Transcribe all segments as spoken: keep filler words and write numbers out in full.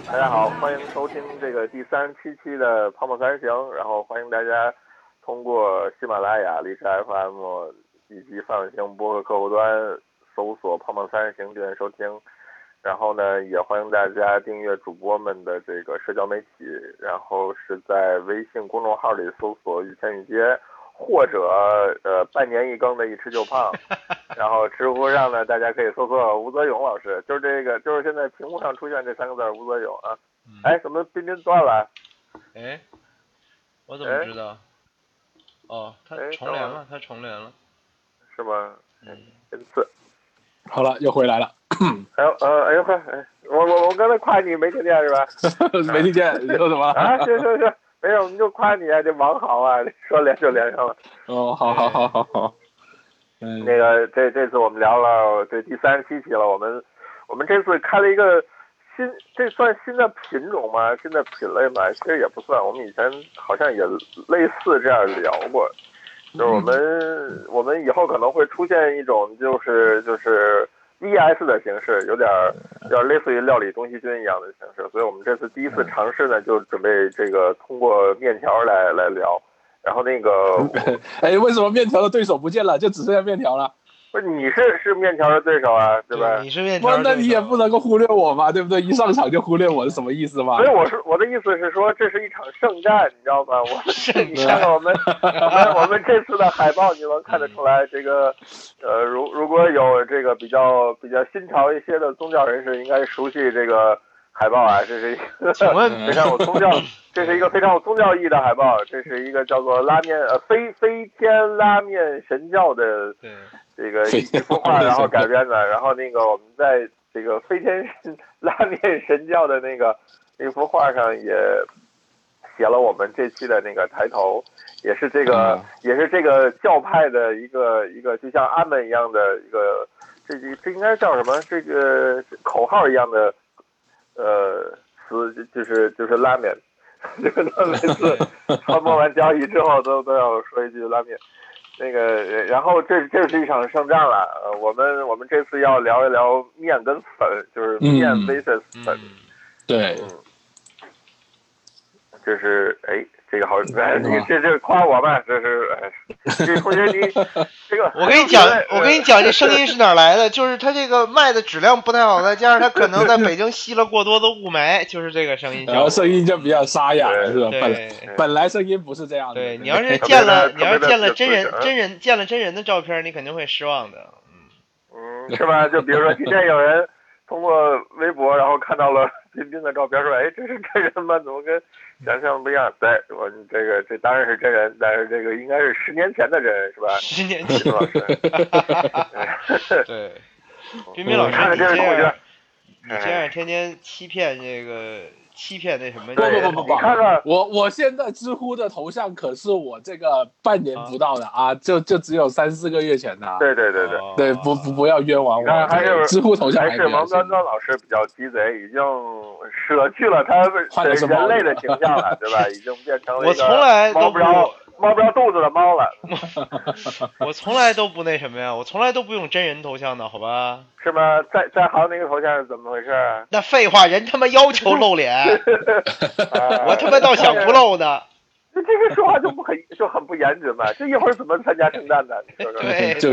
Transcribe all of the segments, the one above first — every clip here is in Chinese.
大家好，欢迎收听这个第三十七期的泡沫三行，然后欢迎大家通过喜马拉雅、荔枝 F M 以及泛用型播客客户端搜索泡沫三人行订阅收听，然后呢也欢迎大家订阅主播们的这个社交媒体，然后是在微信公众号里搜索雨天雨街，或者呃半年一更的一吃就胖，然后知乎上呢大家可以搜索吴泽勇老师，就是这个就是现在屏幕上出现这三个字吴泽勇啊。哎，怎么彬彬断了？ 哎，我怎么知道？哦，它重连了，它重连了， 是吗？ 嗯， 真次。 好了，又回来了。 哎呦，呃，哎呦快，哎，我我我刚才夸你没听见是吧？ 没听见，你说什么？ 啊，是是是，没有，我们就夸你啊，这网好啊，说连就连上了。 哦，好好好好好。 嗯，那个这这次我们聊了这第三十七期了，我们我们这次开了一个新，这算新的品种吗？新的品类吗？其实也不算，我们以前好像也类似这样聊过，就是我们、嗯、我们以后可能会出现一种就是就是 V S 的形式，有点有点类似于料理东西军一样的形式，所以我们这次第一次尝试呢，就准备这个通过面条来来聊。然后那个， 哎，为什么面条的对手不见了，就只剩下面条了？ 不是，你是是面条的对手啊，对吧？ 对你是面条的对手， 那你也不能够忽略我嘛，对不对？一上场就忽略我是什么意思嘛？ 所以我是我的意思是说，这是一场圣战，你知道吗？我们你看看我们我们我们这次的海报，你能看得出来，这个呃，如如果有这个比较比较新潮一些的宗教人士，应该熟悉这个海报啊，这是一个非常有宗教，这是一个非常有宗教意义的海报，这是一个叫做拉面呃飞飞天拉面神教的这个一幅画，然后改编的，然后那个我们在这个飞天拉面神教的那个那幅画上也写了我们这期的那个抬头，也是这个、嗯、也是这个教派的一个一个就像阿门一样的一个这这应该叫什么这个口号一样的呃词，就是就是拉面，这个每次传播完交易之后都都要说一句拉面。那个，然后这这是一场圣战了。呃，我们我们这次要聊一聊面跟粉，就是面 versus 粉。 嗯、对， 嗯，这是哎，这个好，哎，这这这夸我吧，这是哎，这同学你这个， 我跟你讲，我跟你讲，这声音是哪来的？就是它这个麦的质量不太好，再加上它可能在北京吸了过多的雾霾，就是这个声音。 然后声音就比较沙哑了，是吧？ 对， 本本来声音不是这样的。 对，你要是见了，你要是见了真人真人见了真人的照片，你肯定会失望的。 嗯，是吧？就比如说今天有人通过微博，然后看到了彬彬的照片，说：“哎，这是真人吗？怎么跟想象不一样？”对，我这个这当然是真人，但是这个应该是十年前的真人，是吧？ 十年前老师。 对，彬彬老师，你这样，你这样天天欺骗这个。欺骗那什么？ 不不不不不， 看看我我现在知乎的头像可是我这个半年不到的啊，啊就就只有三四个月前的、啊。 对对对对， 哦、对不不不要冤枉我。 还是知乎头像还是王端端老师比较鸡贼，已经舍去了他人类的形象了，对吧？已经变成了一我从来都不着猫不着肚子的猫了。 我从来都不那什么呀，我从来都不用真人头像的，好吧？ 是吗？在在行那个头像是怎么回事啊？ 那废话，人他妈要求露脸，我他妈倒想不露呢。 这这个说话就不很就很不严谨嘛？这一会儿怎么参加圣诞呢？ 对， 就是。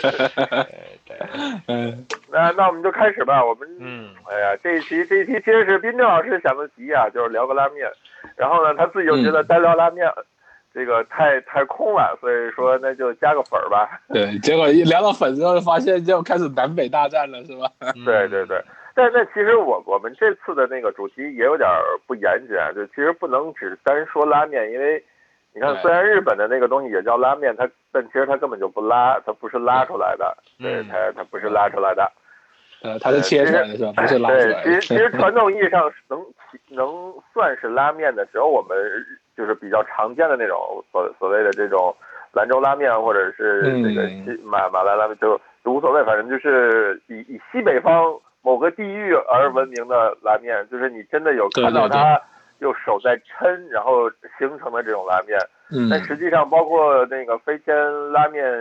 嗯，那那我们就开始吧。我们嗯， 哎呀，这一期这一期其实是彬彬老师想的题啊，就是聊个拉面，然后呢，他自己就觉得单聊拉面。嗯这个太太空了，所以说那就加个粉儿吧。 对，结果一聊到粉之后，发现就开始南北大战了，是吧？ 对对对，但那其实我我们这次的那个主题也有点不严谨啊，就其实不能只单说拉面，因为你看，虽然日本的那个东西也叫拉面，它但其实它根本就不拉，它不是拉出来的，对，它它不是拉出来的， 呃，它是切出来的是吧？不是拉出来的。 对，其实其实传统意义上能能算是拉面的，只有我们。就是比较常见的那种所所谓的这种兰州拉面，或者是这个西马马来拉面，就无所谓，反正就是以以西北方某个地域而闻名的拉面，就是你真的有看到它用手在抻，然后形成的这种拉面。 嗯， 但实际上包括那个飞天拉面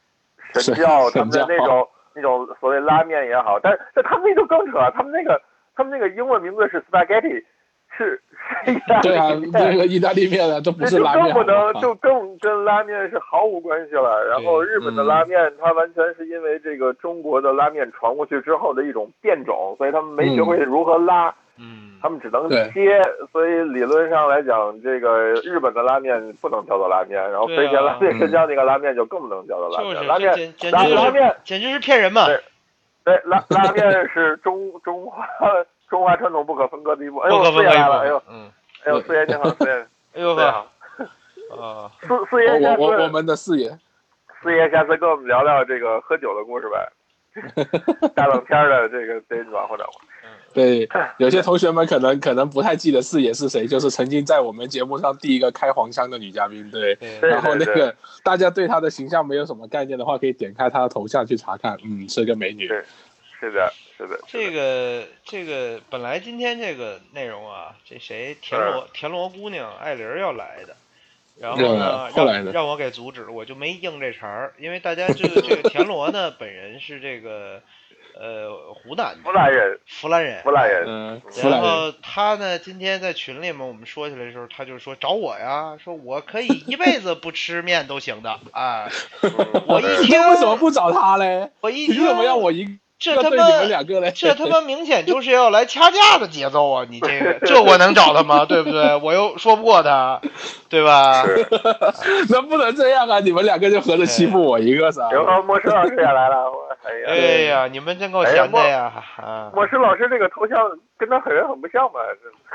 神教他们的那种那种所谓拉面也好，但但他们那就更扯，他们那个他们那个英文名字是 spaghetti， 是是意大利面。 对啊，那个意大利面啊，这不是拉面。 就更不能，就更跟拉面是毫无关系了。然后日本的拉面，它完全是因为这个中国的拉面传过去之后的一种变种，所以他们没学会如何拉。 嗯， 他们只能切，所以理论上来讲，这个日本的拉面不能叫做拉面，然后飞田拉面跟江那个拉面就更不能叫做拉面。 就是、 拉面简拉拉面简直是骗人嘛！ 对，对拉拉面是中中华中华传统不可分割的一部。哎呦，四爷来了！哎呦，嗯，哎呦，四爷你好，四爷， 哎呦呵， 啊， 四四爷下次我我我们的四爷， 四爷下次跟我们聊聊这个喝酒的故事呗。大冷天的这个得暖和暖和。 对，有些同学们可能可能不太记得四爷是谁，就是曾经在我们节目上第一个开黄腔的女嘉宾。对， 对然后那个对对大家对她的形象没有什么概念的话，可以点开她的头像去查看，嗯，是个美女。 对，是的，是的。 这个这个本来今天这个内容啊，这谁田螺田螺姑娘艾琳要来的。然后呢， 后来让让我给阻止了，我就没应这茬儿，因为大家这个这个田螺呢，本人是这个呃湖南湖南人， 湖南人， 湖南人， 嗯， 然后他呢，今天在群里面我们说起来的时候，他就说找我呀，说我可以一辈子不吃面都行的啊。我一听为什么不找他嘞？ 我一听凭什么要我一这他妈你们两个嘞？ 这他妈明显就是要来掐架的节奏啊！你这个这我能找他吗？对不对？我又说不过他，对吧？ 那不能这样啊！你们两个就合着欺负我一个噻。 然后莫师老师也来了，哎呀， 哎呀，你们真够闲的呀！啊， 莫师老师这个头像跟他很人很不像嘛，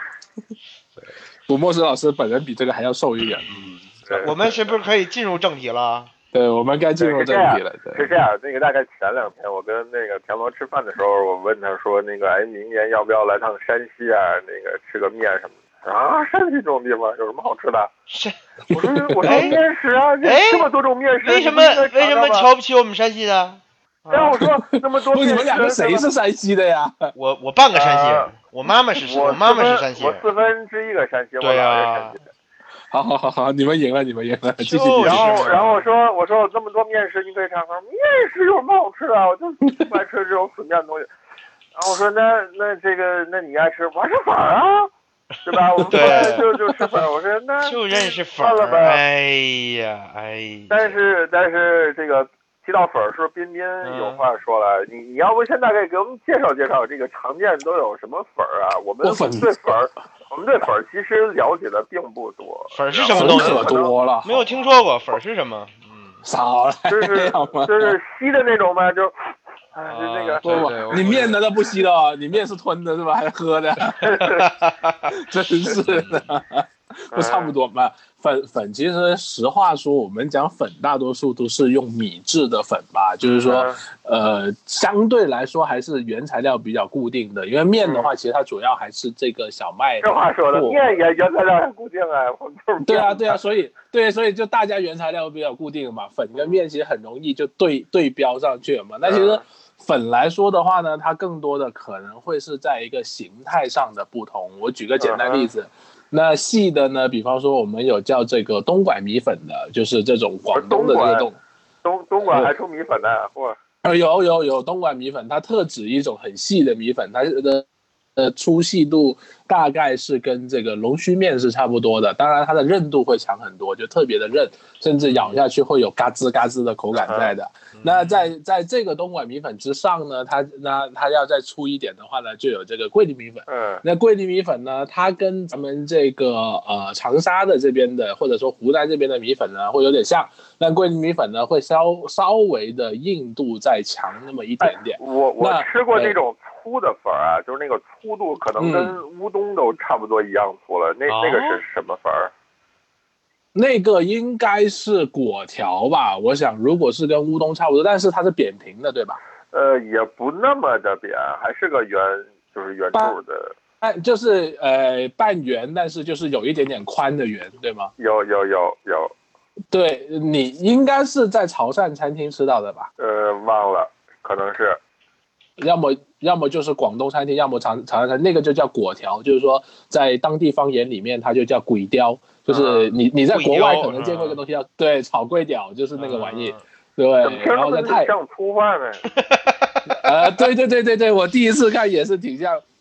不，莫师老师本人比这个还要瘦一点。 嗯，我们是不是可以进入正题了？ 对，我们该进入正题了。 是这样，那个大概前两天我跟那个田螺吃饭的时候，我问他说，那个哎，明年要不要来趟山西啊？那个吃个面什么的啊？山西这种地方有什么好吃的？ 是， 我说我说面食啊，这么多种面食， 为什么为什么瞧不起我们山西的？ 然后我说那么多面食， 你们两个谁是山西的呀？ 我我半个山西人，我妈妈是我妈妈是山西人， 我四分之一个山西， 对呀。 好好好好，你们赢了，你们赢了，继续。 然后，然后我说，我说有这么多面食，你可以尝尝。面食有什么好吃的？我就不爱吃这种死面的东西。然后我说，那那这个，那你爱吃？我爱吃粉儿啊，对吧？我们就就吃粉儿。我说那就认识粉儿呗。哎呀，哎。 但是但是这个提到粉儿，说彬彬有话说了，你你要不先大概给我们介绍介绍这个常见都有什么粉儿啊？我们对粉儿。我们对粉儿其实了解的并不多。 粉儿是什么东西？ 可多了， 没有听说过。粉儿是什么？嗯， 少了， 就是就是稀的那种嘛，就，啊，就那个。 不不，你面难道不稀的？你面是吞的是吧？还是喝的？真是的，不差不多嘛。粉粉其实实话说，我们讲粉大多数都是用米制的粉吧，就是说，呃，相对来说还是原材料比较固定的。因为面的话，其实它主要还是这个小麦。 这话说的，面也原材料很固定啊，我们就是对啊对啊，所以对，所以就大家原材料比较固定嘛，粉跟面其实很容易就对对标上去了嘛。那其实粉来说的话呢，它更多的可能会是在一个形态上的不同。我举个简单例子。那细的呢？比方说，我们有叫这个东莞米粉的，就是这种广东的这个东东东莞还出米粉呢，嚯！ 呃，有有有东莞米粉，它特指一种很细的米粉，它的呃粗细度大概是跟这个龙须面是差不多的，当然它的韧度会强很多，就特别的韧，甚至咬下去会有嘎吱嘎吱的口感在的。嗯、那在在这个东莞米粉之上呢，它那它要再粗一点的话呢，就有这个桂林米粉。 嗯， 那桂林米粉呢，它跟咱们这个呃长沙的这边的或者说湖南这边的米粉呢会有点像，但桂林米粉呢会稍稍微的硬度再强那么一点点。 哎、我我吃过那种粗的粉啊，就是那个粗度可能跟乌冬都差不多一样粗了。嗯、那那个是什么粉？ 那个应该是果条吧，我想如果是跟乌冬差不多，但是它是扁平的，对吧？ 呃，也不那么的扁，还是个圆，就是圆柱的。 半就是呃半圆，但是就是有一点点宽的圆，对吗？ 有有有有。 对，你应该是在潮汕餐厅吃到的吧？ 呃，忘了，可能是。 要么要么就是广东餐厅，要么潮潮汕餐厅，那个就叫果条，就是说在当地方言里面它就叫鬼雕。就是你你在国外可能见过一个东西叫、嗯、对炒粿条，就是那个玩意，嗯、对，然后在泰像粗饭呗， 呃对对对对对，我第一次看也是挺像，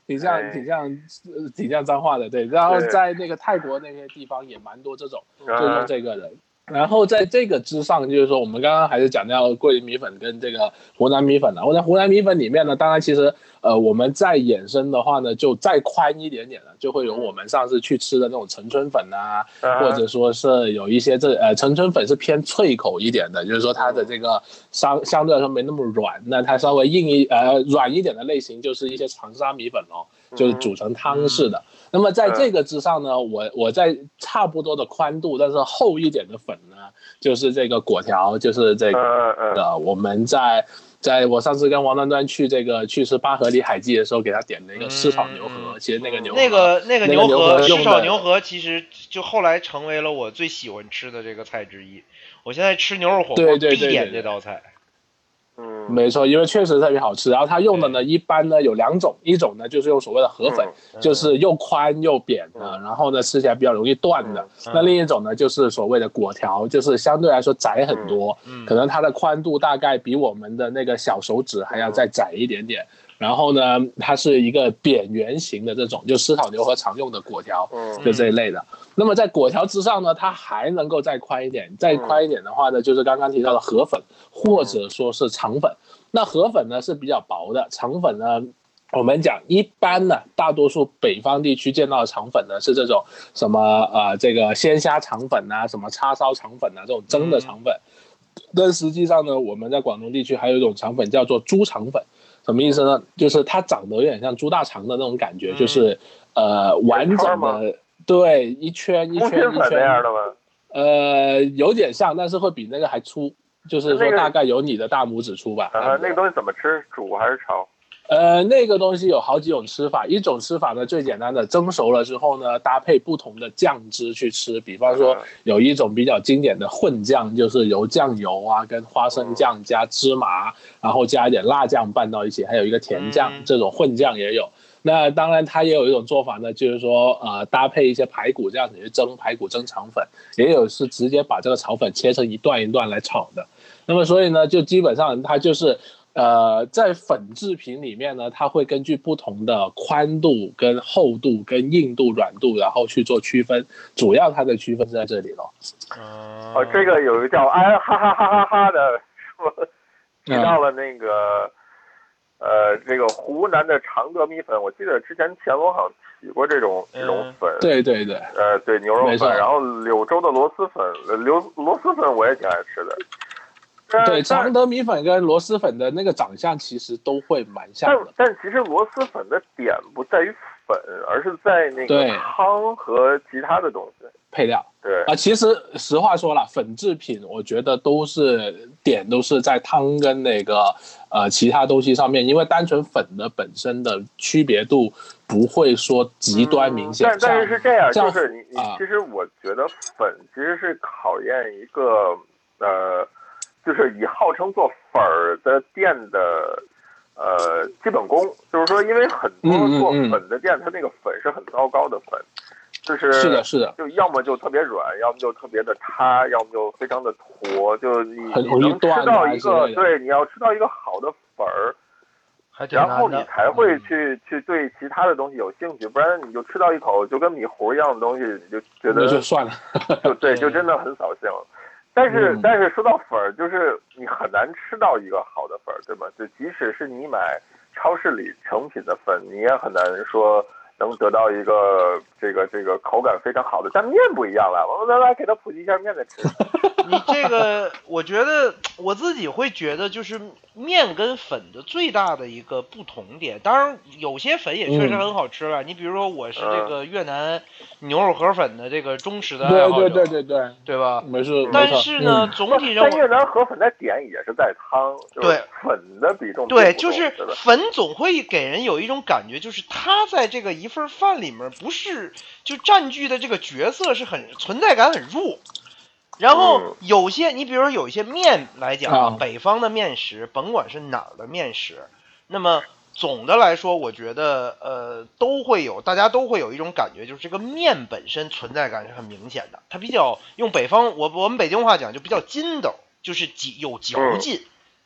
挺像挺像挺像脏话的，对。然后在那个泰国那些地方也蛮多这种，就用这个的。然后在这个之上，就是说我们刚刚还是讲到桂林米粉跟这个湖南米粉了。或者湖南米粉里面呢，当然其实呃我们再衍生的话呢，就再宽一点点了，就会有我们上次去吃的那种陈村粉啊，或者说是有一些这呃陈村粉是偏脆口一点的，就是说它的这个相相对来说没那么软，那它稍微硬一呃软一点的类型就是一些长沙米粉哦，就是煮成汤式的。那么在这个之上呢，我我在差不多的宽度，但是厚一点的粉呢，就是这个果条，就是这个、呃、我们在在我上次跟王端端去这个去吃八合里海记的时候，给他点了一个湿炒牛河，嗯、其实那个牛河那个那个牛河湿炒牛河，其实就后来成为了我最喜欢吃的这个菜之一。我现在吃牛肉火锅必点这道菜。 嗯， 没错，因为确实特别好吃。然后它用的呢，一般呢有两种，一种呢就是用所谓的河粉，嗯、就是又宽又扁的，嗯、然后呢吃起来比较容易断的。嗯、那另一种呢就是所谓的果条，就是相对来说窄很多，嗯、可能它的宽度大概比我们的那个小手指还要再窄一点点。嗯、然后呢，它是一个扁圆形的这种，就湿炒牛河常用的果条，嗯、就这一类的。那么在果条之上呢，它还能够再宽一点，再宽一点的话呢，就是刚刚提到的河粉，或者说是肠粉。那河粉呢是比较薄的，肠粉呢，我们讲一般呢，大多数北方地区见到的肠粉呢是这种什么呃这个鲜虾肠粉啊，什么叉烧肠粉啊，这种蒸的肠粉。但实际上呢，我们在广东地区还有一种肠粉叫做猪肠粉，什么意思呢？就是它长得有点像猪大肠的那种感觉，就是呃完整的。对，一圈一圈一圈那样的吗？ 呃，有点像，但是会比那个还粗，就是说大概有你的大拇指粗吧。 啊、那个，那个东西怎么吃？煮还是炒？ 呃，那个东西有好几种吃法，一种吃法呢，最简单的，蒸熟了之后呢，搭配不同的酱汁去吃。比方说，有一种比较经典的混酱，就是由酱油啊跟花生酱加芝麻，然后加一点辣酱拌到一起，还有一个甜酱，这种混酱也有。那当然，它也有一种做法呢，就是说，呃，搭配一些排骨这样子去蒸排骨蒸肠粉，也有是直接把这个炒粉切成一段一段来炒的。那么所以呢，就基本上它就是，呃，在粉制品里面呢，它会根据不同的宽度、跟厚度、跟硬度、软度，然后去做区分。主要它的区分是在这里咯。 哦，这个有一个叫哎哈哈哈哈哈的说提到了那个。嗯呃，这个湖南的常德米粉，我记得之前乾隆好像起过这种这种粉， 嗯、对对对， 呃，对牛肉粉，然后柳州的螺蛳粉，柳螺蛳粉我也挺爱吃的。 对，常德米粉跟螺蛳粉的那个长相其实都会蛮像的， 但但其实螺蛳粉的点不在于粉，而是在那个汤和其他的东西配料。 对啊、呃，其实实话说了，粉制品我觉得都是点都是在汤跟那个呃其他东西上面，因为单纯粉的本身的区别度不会说极端明显。 嗯、但但是是这样，就是你你、啊、其实我觉得粉其实是考验一个呃，就是以号称做粉儿的店的呃基本功，就是说，因为很多做粉的店，嗯嗯嗯它那个粉是很糟糕的粉。就是是的，是的， 就要么就特别软，要么就特别的塌，要么就非常的坨，就你你能吃到一个对，你要吃到一个好的粉儿，然后你才会去、嗯、去对其他的东西有兴趣，不然你就吃到一口就跟米糊一样的东西，你就觉得就算了， 就对，就真的很扫兴。但是、嗯、但是说到粉儿，就是你很难吃到一个好的粉儿，对吧？就即使是你买超市里成品的粉，你也很难说。能得到一个这个这个口感非常好的，但面不一样了。我们再来给他普及一下面再吃。 你这个，我觉得我自己会觉得，就是面跟粉的最大的一个不同点。当然，有些粉也确实很好吃了。嗯、你比如说，我是这个越南牛肉河粉的这个忠实的爱好者， 对对对对对， 对吧？ 没事。 但是呢， 嗯、 总体上， 但越南河粉的点也是在汤， 对粉的比重对，就是粉总会给人有一种感觉，就是它在这个一份饭里面不是就占据的这个角色是很存在感很弱。然后有些你比如说有一些面来讲啊，北方的面食，甭管是哪儿的面食，那么总的来说，我觉得呃都会有，大家都会有一种感觉，就是这个面本身存在感是很明显的，它比较用北方我我们北京话讲就比较筋斗，就是有嚼劲。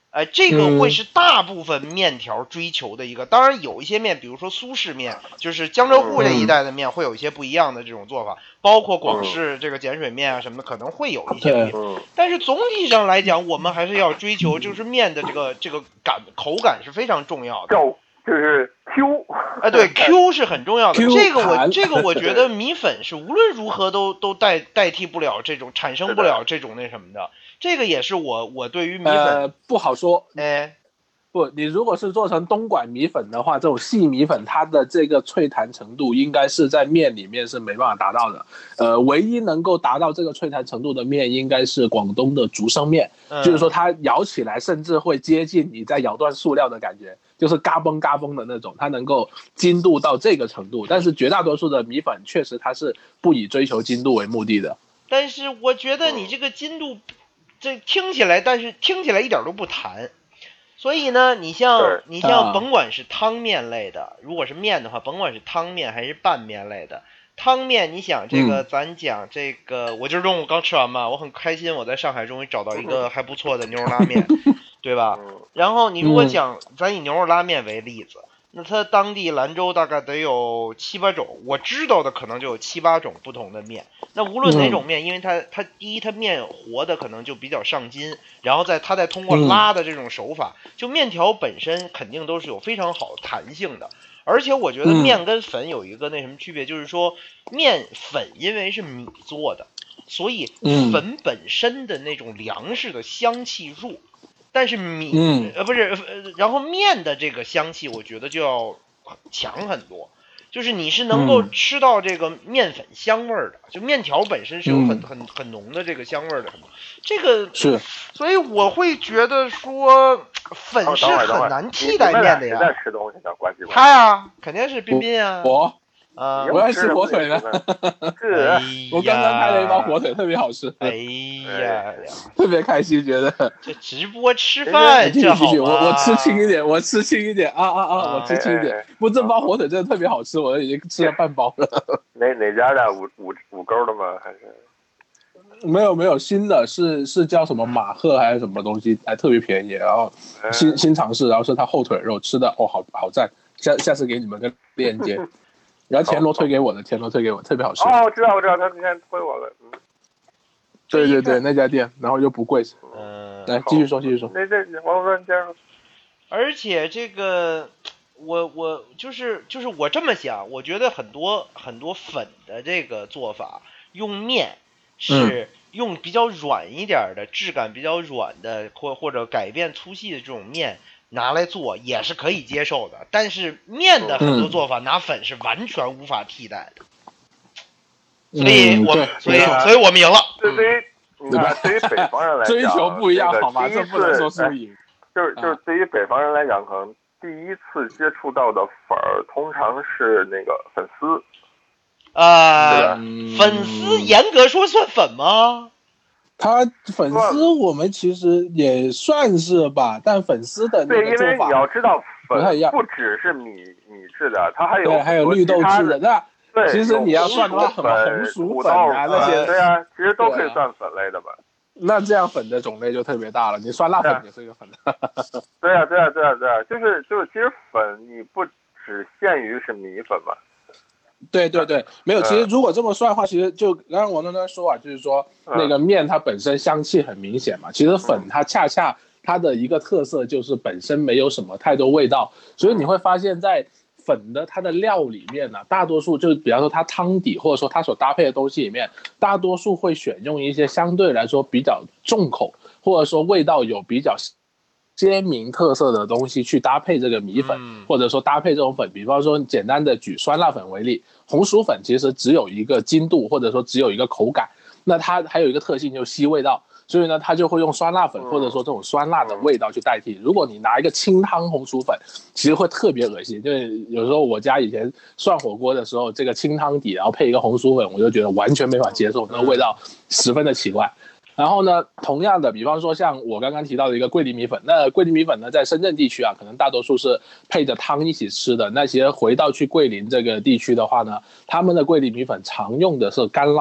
呃，这个会是大部分面条追求的一个，当然有一些面，比如说苏式面，就是江浙沪这一带的面会有一些不一样的这种做法，包括广式这个碱水面啊什么的，可能会有一些不一样。但是总体上来讲，我们还是要追求，就是面的这个这个感口感是非常重要的。 就是 Q， 哎，对 ，Q 是很重要的。这个我这个我觉得米粉是无论如何都都代代替不了这种，产生不了这种那什么的。这个也是我我对于米粉、 呃、不好说。 哎， 不，你如果是做成东莞米粉的话，这种细米粉它的这个脆弹程度应该是在面里面是没办法达到的。呃，唯一能够达到这个脆弹程度的面应该是广东的竹升面，嗯、就是说它咬起来甚至会接近你在咬断塑料的感觉，就是嘎嘣嘎嘣的那种，它能够精度到这个程度。但是绝大多数的米粉确实它是不以追求精度为目的的。 但是我觉得你这个精度，这听起来，但是听起来一点都不弹。所以呢，你像你像甭管是汤面类的，如果是面的话，甭管是汤面还是拌面类的，汤面你想这个、嗯、咱讲这个，我今儿中午刚吃完嘛，我很开心，我在上海终于找到一个还不错的牛肉拉面，对吧？然后你如果讲咱以牛肉拉面为例子，那它当地兰州大概得有七八种，我知道的可能就有七八种不同的面。那无论哪种面，因为它它第一它面和的可能就比较上筋，然后再它再通过拉的这种手法，就面条本身肯定都是有非常好弹性的。而且我觉得面跟粉有一个那什么区别，就是说面粉因为是米做的，所以粉本身的那种粮食的香气弱。但是米、嗯、呃不是呃，然后面的这个香气，我觉得就要强很多。就是你是能够吃到这个面粉香味儿的，嗯、就面条本身是有很很很浓的这个香味儿的。这个是， 所以我会觉得说粉是很难替代面的呀。 你在吃东西呢？关系他呀，肯定是彬彬啊。 我。 啊、 呃，我爱吃火腿呢。 是， 我刚刚开了一包火腿，特别好吃。 哎呀， 特别开心，觉得。 这直播吃饭，这好吗？ 我我吃轻一点，我吃轻一点啊啊啊！我吃轻一点。不，这包火腿真的特别好吃，我已经吃了半包了。 哪哪家的？五五五沟的吗？还是？ 没有没有，新的是是叫什么马赫还是什么东西，还特别便宜，然后新新尝试，然后是它后腿肉吃的哦，好好赞，下下次给你们个链接。然后田螺推给我的，田螺推给我，特别好吃。 哦，我知道，我知道，他之前推我了。嗯， 对对对，那家店，然后又不贵。嗯，来继续说，继续说。 那这王哥，你接着说。 而且这个，我我就是就是我这么想，我觉得很多很多粉的这个做法，用面是用比较软一点的、质感比较软的，或或者改变粗细的这种面。拿来做也是可以接受的，但是面的很多做法、嗯、拿粉是完全无法替代的，所以我们、嗯、所以所以我们赢了。 对于你看，对于北方人来讲， 追求不一样好吗？这不能说输赢。 就是就是对于北方人来讲，可能第一次接触到的粉儿通常是那个粉丝。 呃，粉丝严格说算粉吗？ 他粉丝我们其实也算是吧，但粉丝的那个做法， 对，因为你要知道粉不只是米米制的，它还有对还有绿豆制的。那对， 其实你要算的话，什么红薯粉啊那些， 对啊，其实都可以算粉类的吧。 那这样粉的种类就特别大了，你酸辣粉也是一个粉的。 对啊，对啊，对啊，对啊，就是就是，其实粉你不只限于是米粉嘛。 对对对，没有。其实如果这么算的话，其实就刚刚王端端说啊，就是说那个面它本身香气很明显嘛。其实粉它恰恰它的一个特色就是本身没有什么太多味道，所以你会发现在粉的它的料里面呢、啊，大多数就是比方说它汤底或者说它所搭配的东西里面，大多数会选用一些相对来说比较重口或者说味道有比较鲜明特色的东西去搭配这个米粉、嗯、或者说搭配这种粉，比方说简单的举酸辣粉为例，红薯粉其实只有一个筋度或者说只有一个口感，那它还有一个特性就是吸味道，所以呢它就会用酸辣粉或者说这种酸辣的味道去代替。如果你拿一个清汤红薯粉其实会特别恶心，就是有时候我家以前涮火锅的时候，这个清汤底然后配一个红薯粉，我就觉得完全没法接受，那个味道十分的奇怪。然后呢，同样的，比方说像我刚刚提到的一个桂林米粉，那桂林米粉呢，在深圳地区啊，可能大多数是配着汤一起吃的。那些回到去桂林这个地区的话呢，他们的桂林米粉常用的是干捞，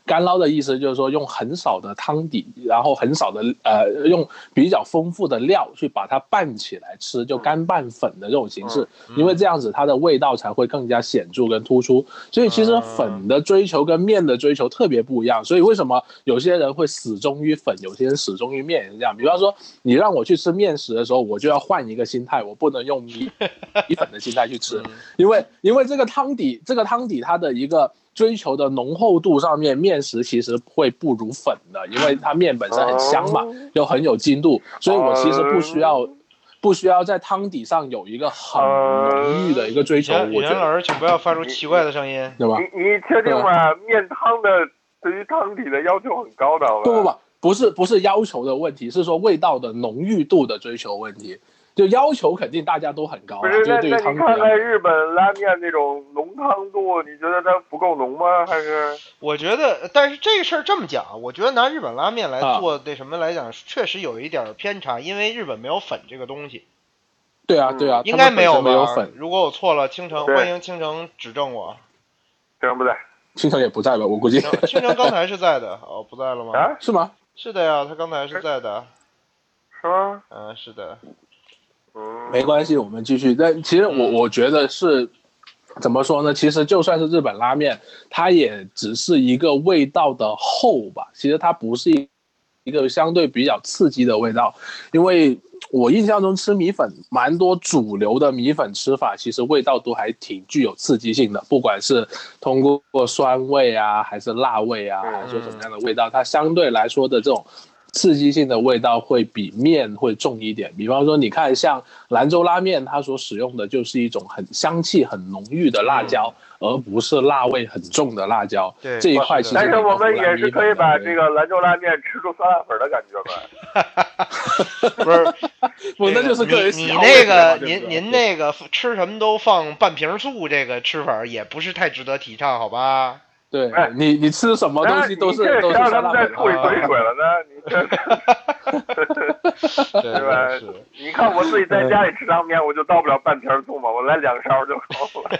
干捞的意思就是说用很少的汤底，然后很少的呃用比较丰富的料去把它拌起来吃，就干拌粉的这种形式， 嗯、 因为这样子它的味道才会更加显著跟突出。所以其实粉的追求跟面的追求特别不一样，所以为什么有些人会死忠于粉，有些人死忠于面也是这样。比方说你让我去吃面食的时候，我就要换一个心态，我不能用米米粉的心态去吃，因为因为这个汤底这个汤底它的一个追求的浓厚度上面，面食其实会不如粉的，因为它面本身很香嘛，又很有筋度，所以我其实不需要不需要在汤底上有一个很浓郁的一个追求。 呃、 我觉得老师请不要发出奇怪的声音， 对吧？ 你你确定吗？面汤的对于汤底的要求很高的。 不不不，不是不是要求的问题，是说味道的浓郁度的追求问题。就要求肯定大家都很高、啊， 不是？那对那你看看日本拉面那种浓汤度，你觉得它不够浓吗？还是？ 我觉得，但是这个事儿这么讲，我觉得拿日本拉面来做那什么来讲，啊、确实有一点偏差，因为日本没有粉这个东西。 对啊对啊， 应该没有吧？ 没有粉。 如果我错了，倾城欢迎倾城指正我。 倾城不在， 倾城也不在吧？我估计。 倾城刚才是在的，哦，不在了吗？ 啊， 是吗？ 是的呀，他刚才是在的。 是吗？ 嗯，是的。 没关系，我们继续。但其实我我觉得是怎么说呢？其实就算是日本拉面，它也只是一个味道的厚吧。其实它不是一个相对比较刺激的味道，因为我印象中吃米粉，蛮多主流的米粉吃法，其实味道都还挺具有刺激性的，不管是通过酸味啊，还是辣味啊，还是说什么样的味道，它相对来说的这种刺激性的味道会比面会重一点。比方说你看像兰州拉面，它所使用的就是一种很香气很浓郁的辣椒、嗯、而不是辣味很重的辣椒。 对， 这一块其实但是我们也是可以把这个兰州拉面吃出酸辣粉的感觉吧。 不是不那就是个人喜好。 你那个您您那个吃什么都放半瓶醋，这个吃法也不是太值得提倡，好吧？ 对，你你吃什么东西都是都是他们在处理水水了呢，你这对吧？你看我自己在家里吃汤面，我就倒不了半瓶醋嘛，我来两勺就够了。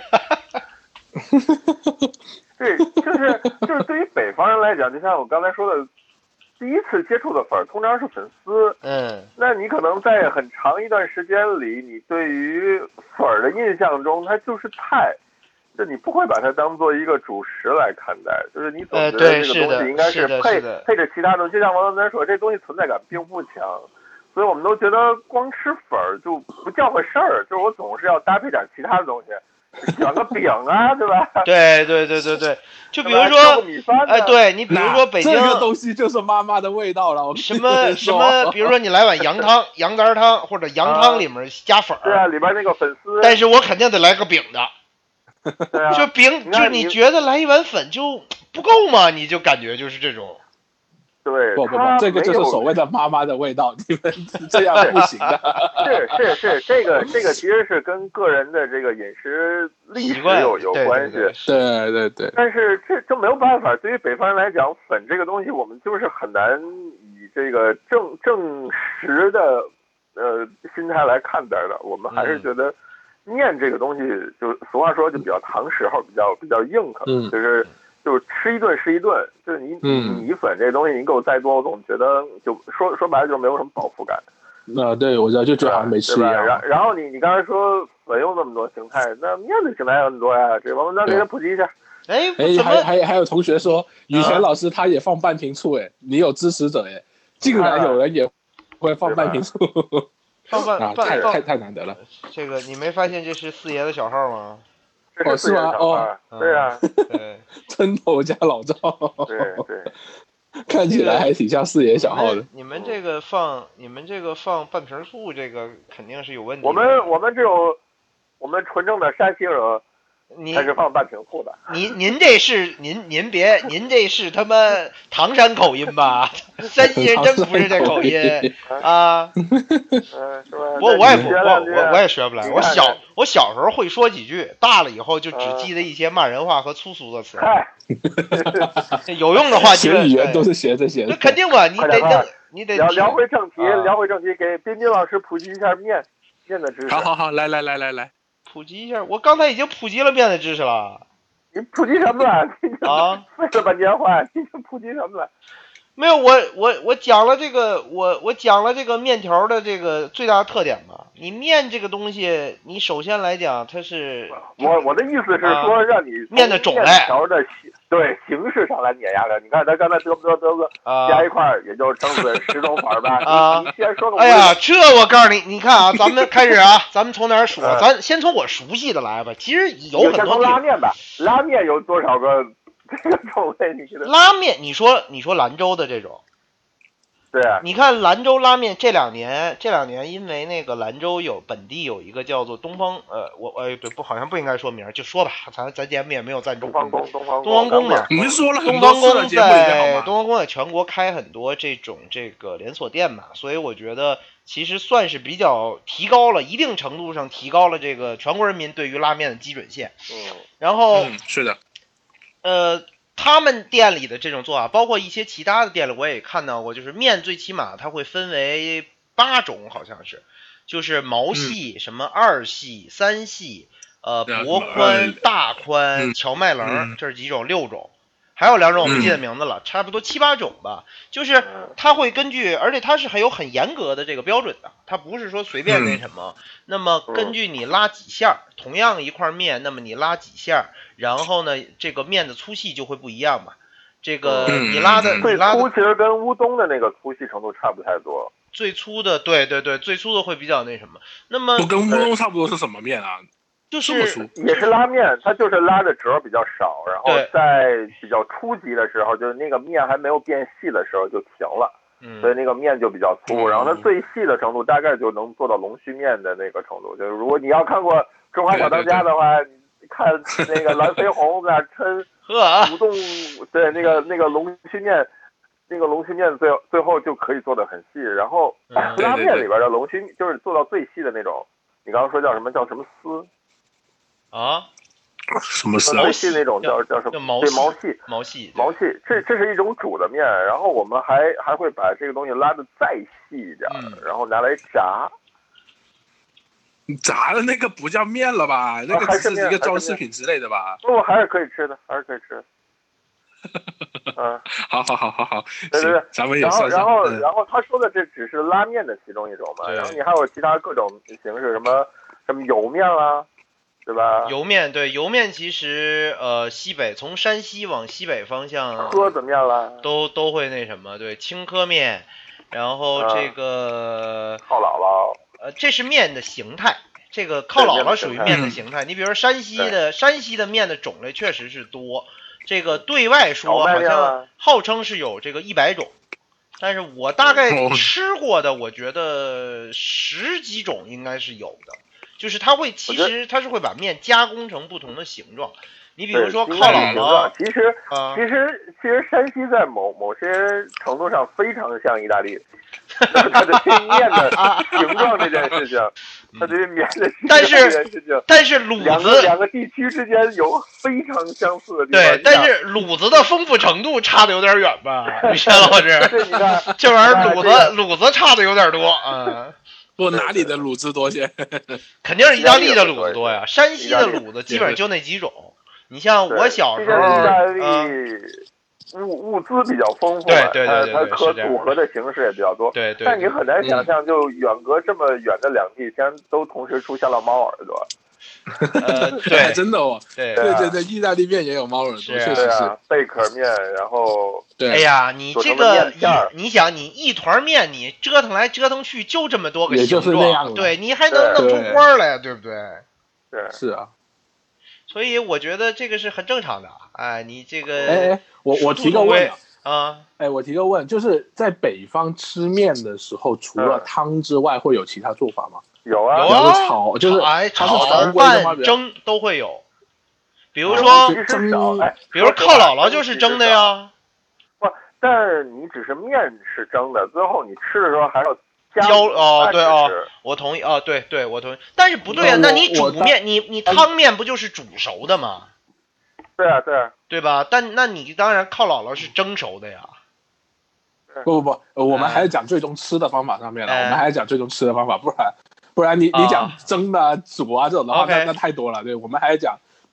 对，就是就是对于北方人来讲，就像我刚才说的，第一次接触的粉通常是粉丝， 嗯， 那你可能在很长一段时间里，你对于粉的印象中，它就是菜。就你不会把它当做一个主食来看待，就是你总觉得这个东西应该是配、呃、配着其他东西，就像王刚才说，这东西存在感并不强，所以我们都觉得光吃粉就不叫个事儿，就是我总是要搭配点其他的东西，卷个饼啊，对吧？ 对对对对对，就比如说米饭， 哎，对你比如说北京这个东西就是妈妈的味道了， 什么什么，比如说你来碗羊汤、羊杂汤或者羊汤里面加粉儿、 啊，对啊，里边那个粉丝， 但是我肯定得来个饼的。 对啊， 就饼，就你觉得来一碗粉就不够吗？你就感觉就是这种。 对， 不不不，这个就是所谓的妈妈的味道，你们这样不行的。 是是是，这个这个其实是跟个人的这个饮食历史有有关系。 对对对。 但是这这没有办法，对于北方人来讲，粉这个东西我们就是很难以这个正正实的呃心态来看待的，我们还是觉得。面这个东西，就俗话说就比较堂食号，比较比较硬可能、嗯、就是就是吃一顿是一顿，就是你、嗯、米粉这东西你给我再多，我总觉得就说说白了就没有什么饱腹感。 那、呃、对我知道，就觉得好像没吃一样。 然然后你你刚才说粉有那么多形态，那面的形态有很多呀，这王文章给他普及一下。 哎哎，还还还有同学说，雨前老师他也放半瓶醋，哎，你有支持者哎，竟然有人也会放半瓶醋。 放半啊，太太太难得了！ 这个你没发现这是四爷的小号吗？ 哦， 是吗？哦， 对啊， 对， 村头加老赵， 对对， 看起来还挺像四爷小号的。 你们这个放，你们这个放半瓶醋，这个肯定是有问题的。 我们我们这种，我们纯正的山西人。 你还是放半瓶醋的。 您您这是您您别您这是他妈唐山口音吧？山西人真不是这口音啊！ 嗯，是吧？ 我我也不我我我也学不来。我小我小时候会说几句，大了以后就只记得一些骂人话和粗俗的词。有用的话， 学语言都是学这些。 那肯定吧？你得你得聊聊回正题，聊回正题，给彬彬老师普及一下面面的知识。 好好好，来来来来来。 普及一下，我刚才已经普及了面的知识了。 你普及什么了？你啊， 废了半天话，你这普及什么了？ 没有，我我我讲了这个，我我讲了这个面条的这个最大的特点嘛。你面这个东西，你首先来讲，它是我我的意思是说，让你面的种类、 面条的形对形式上来碾压的。你看他刚才嘚啵嘚嘚啵加一块儿，也就撑死十种法吧。 啊， 你先说个。 哎呀，这我告诉你，你看啊，咱们开始啊，咱们从哪儿数？咱先从我熟悉的来吧。其实有很多拉面吧，拉面有多少个？这个种类你觉得？ 拉面，你说你说兰州的这种， 对啊， 你看兰州拉面这两年这两年，因为那个兰州有本地有一个叫做东方，呃，我哎对不，好像不应该说名，就说吧，咱咱节目也没有赞助。 东方宫，东方东方宫嘛， 你们说了东方宫在东方宫在全国开很多这种这个连锁店嘛，所以我觉得其实算是比较提高了一定程度上提高了这个全国人民对于拉面的基准线。 嗯， 然后、 嗯、是的。 呃，他们店里的这种做法，包括一些其他的店里，我也看到过，就是面最起码它会分为八种，好像是，就是毛细、嗯、什么二细、三细，呃，薄宽、大宽、荞麦棱、嗯，这是几种？六种。还有两种我不记得名字了，嗯、差不多七八种吧。就是它会根据，而且它是很有很严格的这个标准的，它不是说随便那什么。嗯、那么根据你拉几下，同样一块面，那么你拉几下，然后呢，这个面的粗细就会不一样嘛。这个你拉的， 最粗其实跟乌冬的那个粗细程度差不太多。 最粗的，对对对，最粗的会比较那什么。那么我跟乌冬差不多是什么面啊？ 就是也是拉面，它就是拉的折比较少，然后在比较初级的时候，就是那个面还没有变细的时候就停了， 嗯、 所以那个面就比较粗， 嗯、 然后它最细的程度大概就能做到龙须面的那个程度。就是如果你要看过《中华小当家》的话，你看那个蓝飞鸿在那抻舞动，对那个那个龙须面，那个龙须面最最后就可以做得很细，然后、 嗯、 拉面里边的龙须就是做到最细的那种。你刚刚说叫什么？叫什么丝？ 啊， 什么丝？ 毛细那种叫叫什么？ 毛对，毛细， 毛细， 毛细。这这是一种煮的面，然后我们还还会把这个东西拉得再细一点， 嗯、 然后拿来炸。 炸的那个不叫面了吧？那个是一个装饰品之类的吧？ 不，还是可以吃的，还是可以吃的。嗯， 好好好好好， 对对对， 咱们也算然后然后、 嗯、 然后他说的这只是拉面的其中一种嘛，然后你还有其他各种形式，什么什么油面啦。对吧？ 油面对油面，其实呃西北从山西往西北方向， 蚵子面啦， 都都会那什么，对青稞面，然后这个靠姥姥， 呃这是面的形态，这个靠姥姥属于面的形态。你比如说山西的山西的面的种类确实是多，这个对外说好像号称是有这个一百种，但是我大概吃过的，我觉得十几种应该是有的。就是它会，其实它是会把面加工成不同的形状。你比如说靠姥姥， 其实、 啊、 其实其实山西在某某些程度上非常像意大利，它对于面的形状这件事情，它对于面的形状这件事情， 但是卤子两个两个地区之间有非常相似的地方。 对，但是卤子的丰富程度差的有点远吧，于谦老师。 对，你看这玩意儿卤子卤子差的有点多啊。 不，哪里的卤子多些？ 肯定是意大利的卤子多呀，山西的卤子基本上就那几种。你像我小时候， 意大利物物资比较丰富， 对对对对， 它可组合的形式也比较多。 对对。 但你很难想象，就远隔这么远的两地，竟然都同时出现了猫耳朵。 呃，对， 真的哦， 对对对对，意大利面也有猫耳朵，确实是贝壳面，然后对， 哎呀，你这个你你想，你一团面你折腾来折腾去就这么多个形状，对你还能弄出花来，对不对？ 对， 是啊。 所以我觉得这个是很正常的，哎，你这个， 哎哎，我我提个问啊， 哎，我提个问，就是在北方吃面的时候，除了汤之外，会有其他做法吗？ 有啊， 有啊， 炒就是哎， 炒饭蒸都会有，比如说蒸， 比如靠姥姥就是蒸的呀。 不，但是你只是面是蒸的，最后你吃的时候还要加哦，对哦，我同意哦，对对，我同意。但是不对啊，那你煮面，你你汤面不就是煮熟的吗？ 对啊，对啊， 对吧？但那你当然靠姥姥是蒸熟的呀。 不不不，我们还是讲最终吃的方法上面了，我们还是讲最终吃的方法，不然。不然你你讲蒸的、煮啊这种的话，那那太多了。对，我们还是讲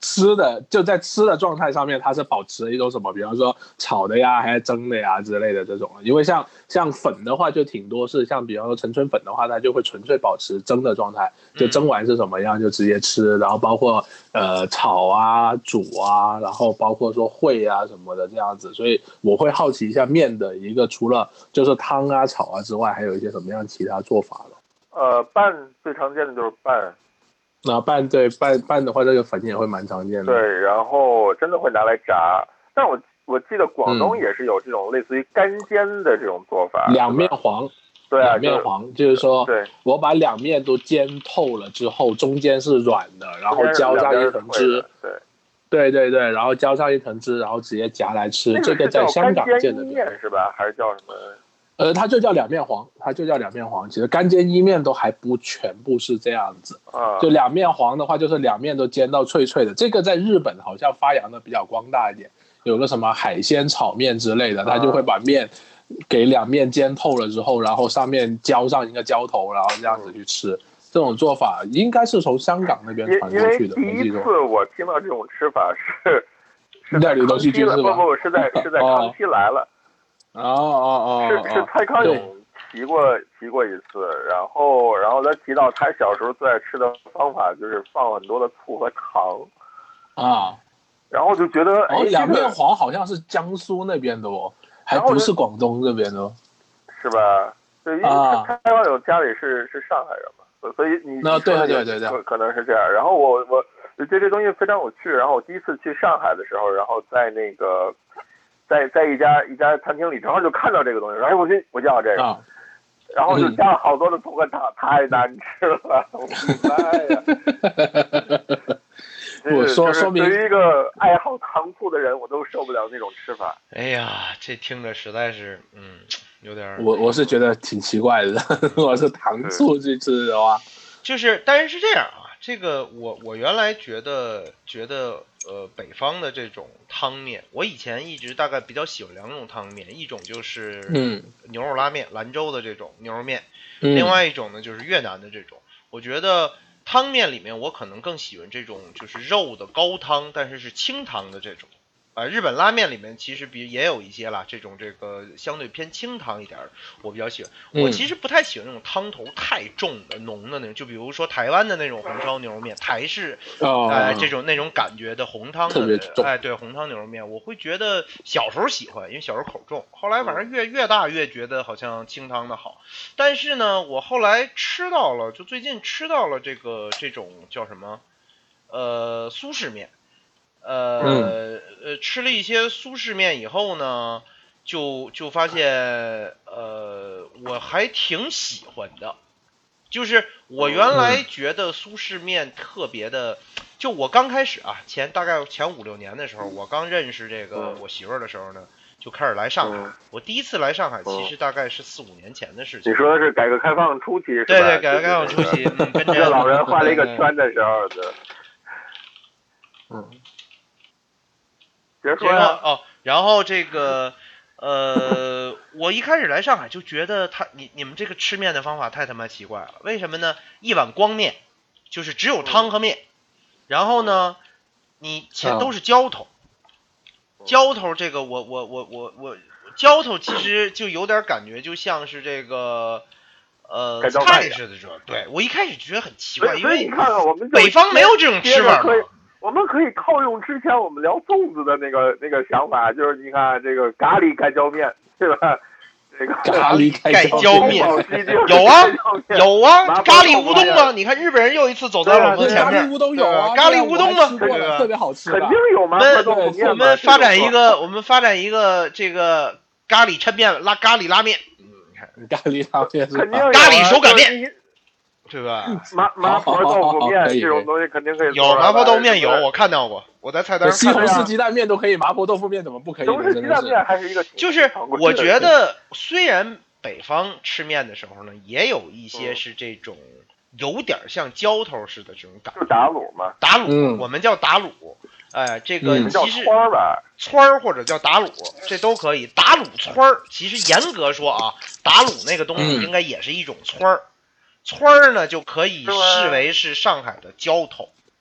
吃的就在吃的状态上面，它是保持一种什么，比方说炒的呀，还是蒸的呀之类的这种。因为像像粉的话就挺多是像比方说陈春粉的话，它就会纯粹保持蒸的状态，就蒸完是什么样就直接吃，然后包括呃炒啊、煮啊，然后包括说烩啊什么的这样子。所以我会好奇一下面的一个除了就是汤啊、炒啊之外，还有一些什么样其他做法了？ 呃，拌最常见的就是拌。 那拌对拌拌的话，这个粉也会蛮常见的。 对，然后真的会拿来炸。但我我记得广东也是有这种类似于干煎的这种做法， 嗯、两面黄。 对啊， 两面黄就是说， 对， 我把两面都煎透了之后，中间是软的，然后浇上一层汁。 对， 对对对，然后浇上一层汁，然后直接夹来吃。 那这个在香港见的面是吧？还是叫什么？ 呃，它就叫两面黄，它就叫两面黄。其实干煎意面都还不全部是这样子啊， 就两面黄的话，就是两面都煎到脆脆的。这个在日本好像发扬的比较光大一点，有个什么海鲜炒面之类的，它就会把面给两面煎透了之后，然后上面浇上一个浇头，然后这样子去吃。嗯、这种做法应该是从香港那边传过去的。 因为第一次我听到这种吃法是是在康熙了，不不是在是在康熙来了。 哦哦哦， 是是蔡康永提过提过一次，然后然后他提到他小时候最爱吃的方法就是放很多的醋和糖啊， 然后就觉得哦，两面黄好像是江苏那边的哦，还不是广东这边的， 是吧？对，因为蔡康永家里是是上海人嘛，所以你那对对对对， 可能是这样。然后我我觉得这东西非常有趣，然后我第一次去上海的时候，然后在那个。在在一家一家餐厅里，正好就看到这个东西，然后我就我就要这个， 啊、 然后就加了好多的醋和糖，太难吃了，我的妈呀！ 我说说明对于一个爱好糖醋的人，我都受不了那种吃法。 哎呀，这听着实在是，嗯，有点。 我我是觉得挺奇怪的，我是糖醋去吃的话， 就是，但是是这样啊，这个我我原来觉得觉得。呃，北方的这种汤面，我以前一直大概比较喜欢两种汤面，一种就是嗯牛肉拉面，兰州的这种牛肉面， 嗯、 另外一种呢就是越南的这种。我觉得汤面里面我可能更喜欢这种就是肉的高汤，但是是清汤的这种。啊，日本拉面里面其实比也有一些啦，这种这个相对偏清汤一点，我比较喜欢。我其实不太喜欢那种汤头太重的、浓的那种，就比如说台湾的那种红烧牛肉面，台式，哎、 哦呃，这种那种感觉的红汤的，哎，对，红汤牛肉面，我会觉得小时候喜欢，因为小时候口重，后来反正越越大越觉得好像清汤的好。但是呢，我后来吃到了，就最近吃到了这个这种叫什么，呃，苏式面。呃、 嗯、 呃，吃了一些苏式面以后呢，就就发现，呃，我还挺喜欢的。就是我原来觉得苏式面特别的，就我刚开始啊，前大概前五六年的时候，我刚认识这个我媳妇儿的时候呢，就开始来上海。我第一次来上海，其实大概是四五年前的事情。 你说的是改革开放初期是吧？ 对对，改革开放初期，嗯，跟这老人画了一个圈的时候的， 嗯。 别说呀哦，然后这个，呃，我一开始来上海就觉得他你你们这个吃面的方法太他妈奇怪了，为什么呢？一碗光面，就是只有汤和面，然后呢，你前都是浇头，浇头这个我我我我我浇头其实就有点感觉，就像是这个。呃，菜似的这种，对我一开始觉得很奇怪，因为你看看我们北方没有这种吃法。 我们可以套用之前我们聊粽子的那个那个想法，就是你看这个咖喱盖浇面，对吧？这个咖喱盖浇面有啊有啊，咖喱乌冬啊！你看日本人又一次走在了我们前面。 咖喱乌冬有啊， 咖喱乌冬嘛， 特别好吃， 肯定有麻婆豆腐面。 我们发展一个，我们发展一个这个咖喱抻面拉咖喱拉面。 咖喱拉面是肯定咖喱手擀面，对吧？ 麻麻婆豆腐面这种东西肯定可以有麻婆豆腐面有，我看到过，我在菜单上西红柿鸡蛋面都可以，麻婆豆腐面怎么不可以？ 西红柿鸡蛋面还是一个， 就是我觉得虽然北方吃面的时候呢，也有一些是这种有点像浇头似的这种感觉， 就打卤嘛， 打卤，我们叫打卤。哎，这个其实汆儿吧， 汆儿或者叫打卤，这都可以。打卤汆儿，其实严格说啊，打卤那个东西应该也是一种汆儿。汆儿呢，就可以视为是上海的浇头。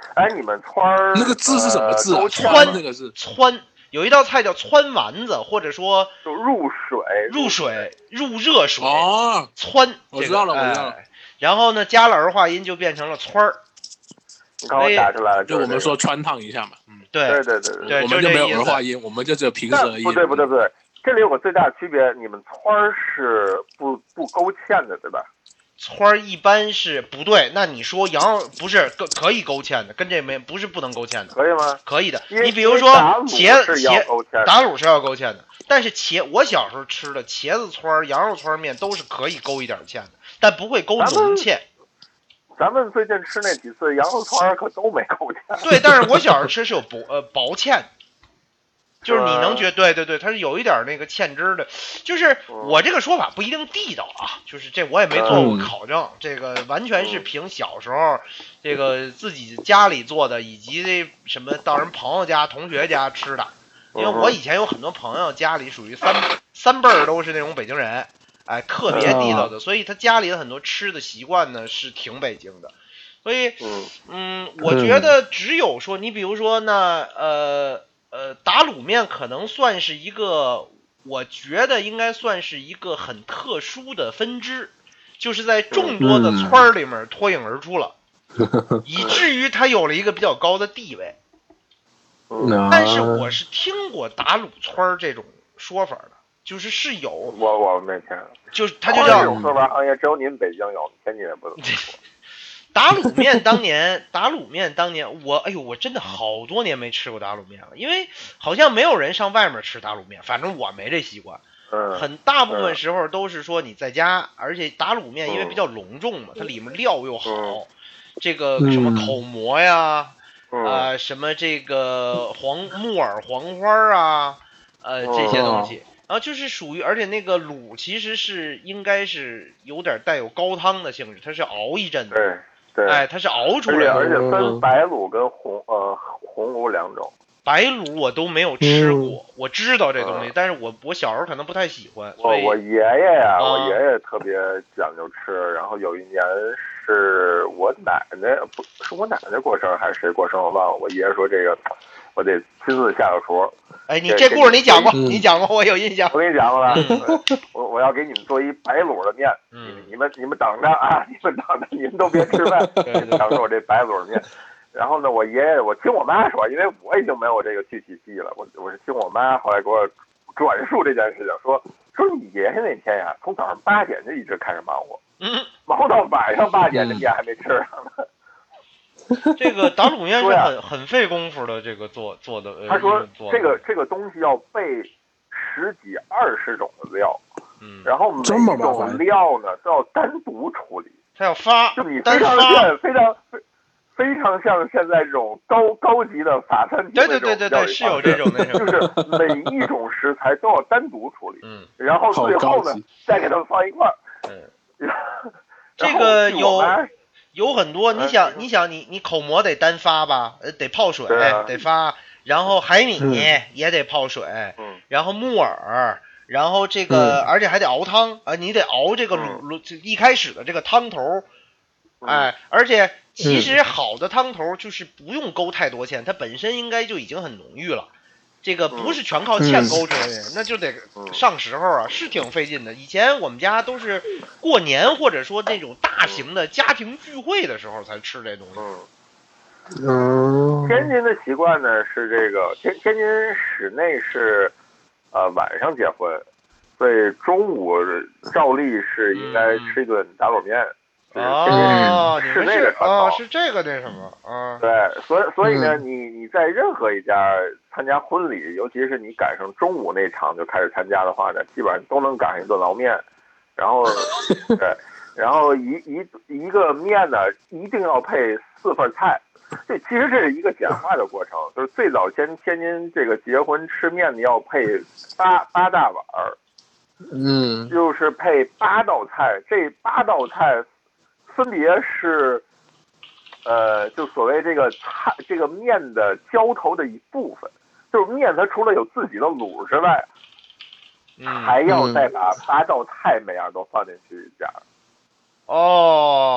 哎，你们川儿那个字是什么字啊？ 川那个是川，有一道菜叫川丸子，或者说就入水入水入热水哦， 川， 我知道了， 这个、 我知道了。 哎然后呢，加了儿化音就变成了川儿。 你看我打出来了， 就我们说穿烫一下嘛。 嗯， 对对对对对， 我们就没有儿化音，我们就只有平舌音。 不对不对不对，这里有个最大的区别，你们川儿是不不勾芡的，对吧？ 川儿一般是不对，那你说羊肉不是可可以勾芡的，跟这没不是不能勾芡的， 可以吗？ 可以的。 因为你比如说茄子茄打卤是要勾芡的，但是茄我小时候吃的茄子川儿、羊肉川儿面都是可以勾一点芡的，但不会勾浓芡。 咱们最近吃那几次羊肉串可都没勾芡。 对，但是我小时候吃是有薄呃薄芡。就是你能觉得对对对，它是有一点那个芡汁的，就是我这个说法不一定地道啊，就是这我也没做过考证，这个完全是凭小时候这个自己家里做的，以及什么到人朋友家、同学家吃的。因为我以前有很多朋友家里属于三三辈儿都是那种北京人，哎，特别地道的，所以他家里的很多吃的习惯呢是挺北京的。所以，嗯，我觉得只有说你比如说呢，呃。呃，打卤面可能算是一个，我觉得应该算是一个很特殊的分支，就是在众多的村儿里面脱颖而出了，嗯、以至于它有了一个比较高的地位。 嗯、 但是我是听过打卤村儿这种说法的，就是是有， 我我没听， 就是它就叫这种说法行业只有你们北京有，天津也不能说。 打卤面当年，打卤面当年，我哎呦，我真的好多年没吃过打卤面了，因为好像没有人上外面吃打卤面，反正我没这习惯。 嗯， 很大部分时候都是说你在家，而且打卤面因为比较隆重嘛，它里面料又好，这个什么口蘑呀，啊、呃，什么这个黄木耳黄花啊，呃，这些东西。然后就是属于，而且那个卤其实是应该是有点带有高汤的性质，它是熬一阵的。 对。对， 哎，它是熬出来的， 而且分白卤跟红呃红卤两种。 白卤我都没有吃过，嗯、我知道这东西，嗯、但是我我小时候可能不太喜欢。 我我爷爷呀、啊，我爷爷特别讲究吃，然后有一年是我奶奶，不是我奶奶过生日还是谁过生日我忘了，我爷爷说这个我得亲自下个厨。 哎，你这故事你讲过，你讲过，我有印象。 我跟你讲过了，我我要给你们做一白卤的面， 嗯， 你们你们等着啊，你们等着，你们都别吃饭，等着我这白卤的面。然后呢，我爷爷，我听我妈说，因为我已经没有这个具体记忆了，我我是听我妈后来给我转述这件事情，说说你爷爷那天呀，从早上八点就一直开始忙活， 嗯， 忙到晚上八点，这面还没吃上呢。 这个打卤面是很、啊、很费功夫的，这个做做的。 他说这个这个东西要备十几二十种的料， 嗯， 然后每种料呢都要单独处理， 他要发， 就你非常像非常非非常像现在这种高高级的法餐厅， 对对对对对，是有这种那种， 就是每一种食材都要单独处理， 嗯， 然后最后呢再给它们放一块儿， 嗯，这个有。有很多，你想，你想，你你口蘑得单发吧，呃，得泡水， 啊、 得发，然后海米也得泡水， 嗯， 然后木耳，然后这个， 嗯、 而且还得熬汤，啊、呃，你得熬这个卤卤、嗯、一开始的这个汤头，哎，而且其实好的汤头就是不用勾太多芡，它本身应该就已经很浓郁了。这个不是全靠芡勾出来的，嗯、那就得上时候啊，是挺费劲的。以前我们家都是过年或者说那种大型的家庭聚会的时候才吃这东西。 嗯，天津的习惯呢是这个，天天津市内是呃晚上结婚，所以中午照例是应该吃一顿打卤面。 嗯、哦， 你们是哦，是这个那什么啊？ 对，所以所以呢，嗯、你你在任何一家参加婚礼，尤其是你赶上中午那场就开始参加的话呢，基本上都能赶上一顿捞面。然后，对，然后一一一个面呢，一定要配四份菜。这其实这是一个简化的过程，就是最早先天津这个结婚吃面的要配八八大碗儿， 嗯， 就是配八道菜，这八道菜。分别是，呃，就所谓这个菜这个面的浇头的一部分，就是面它除了有自己的卤之外， 嗯、 还要再把八道菜每样都放进去一点。 哦，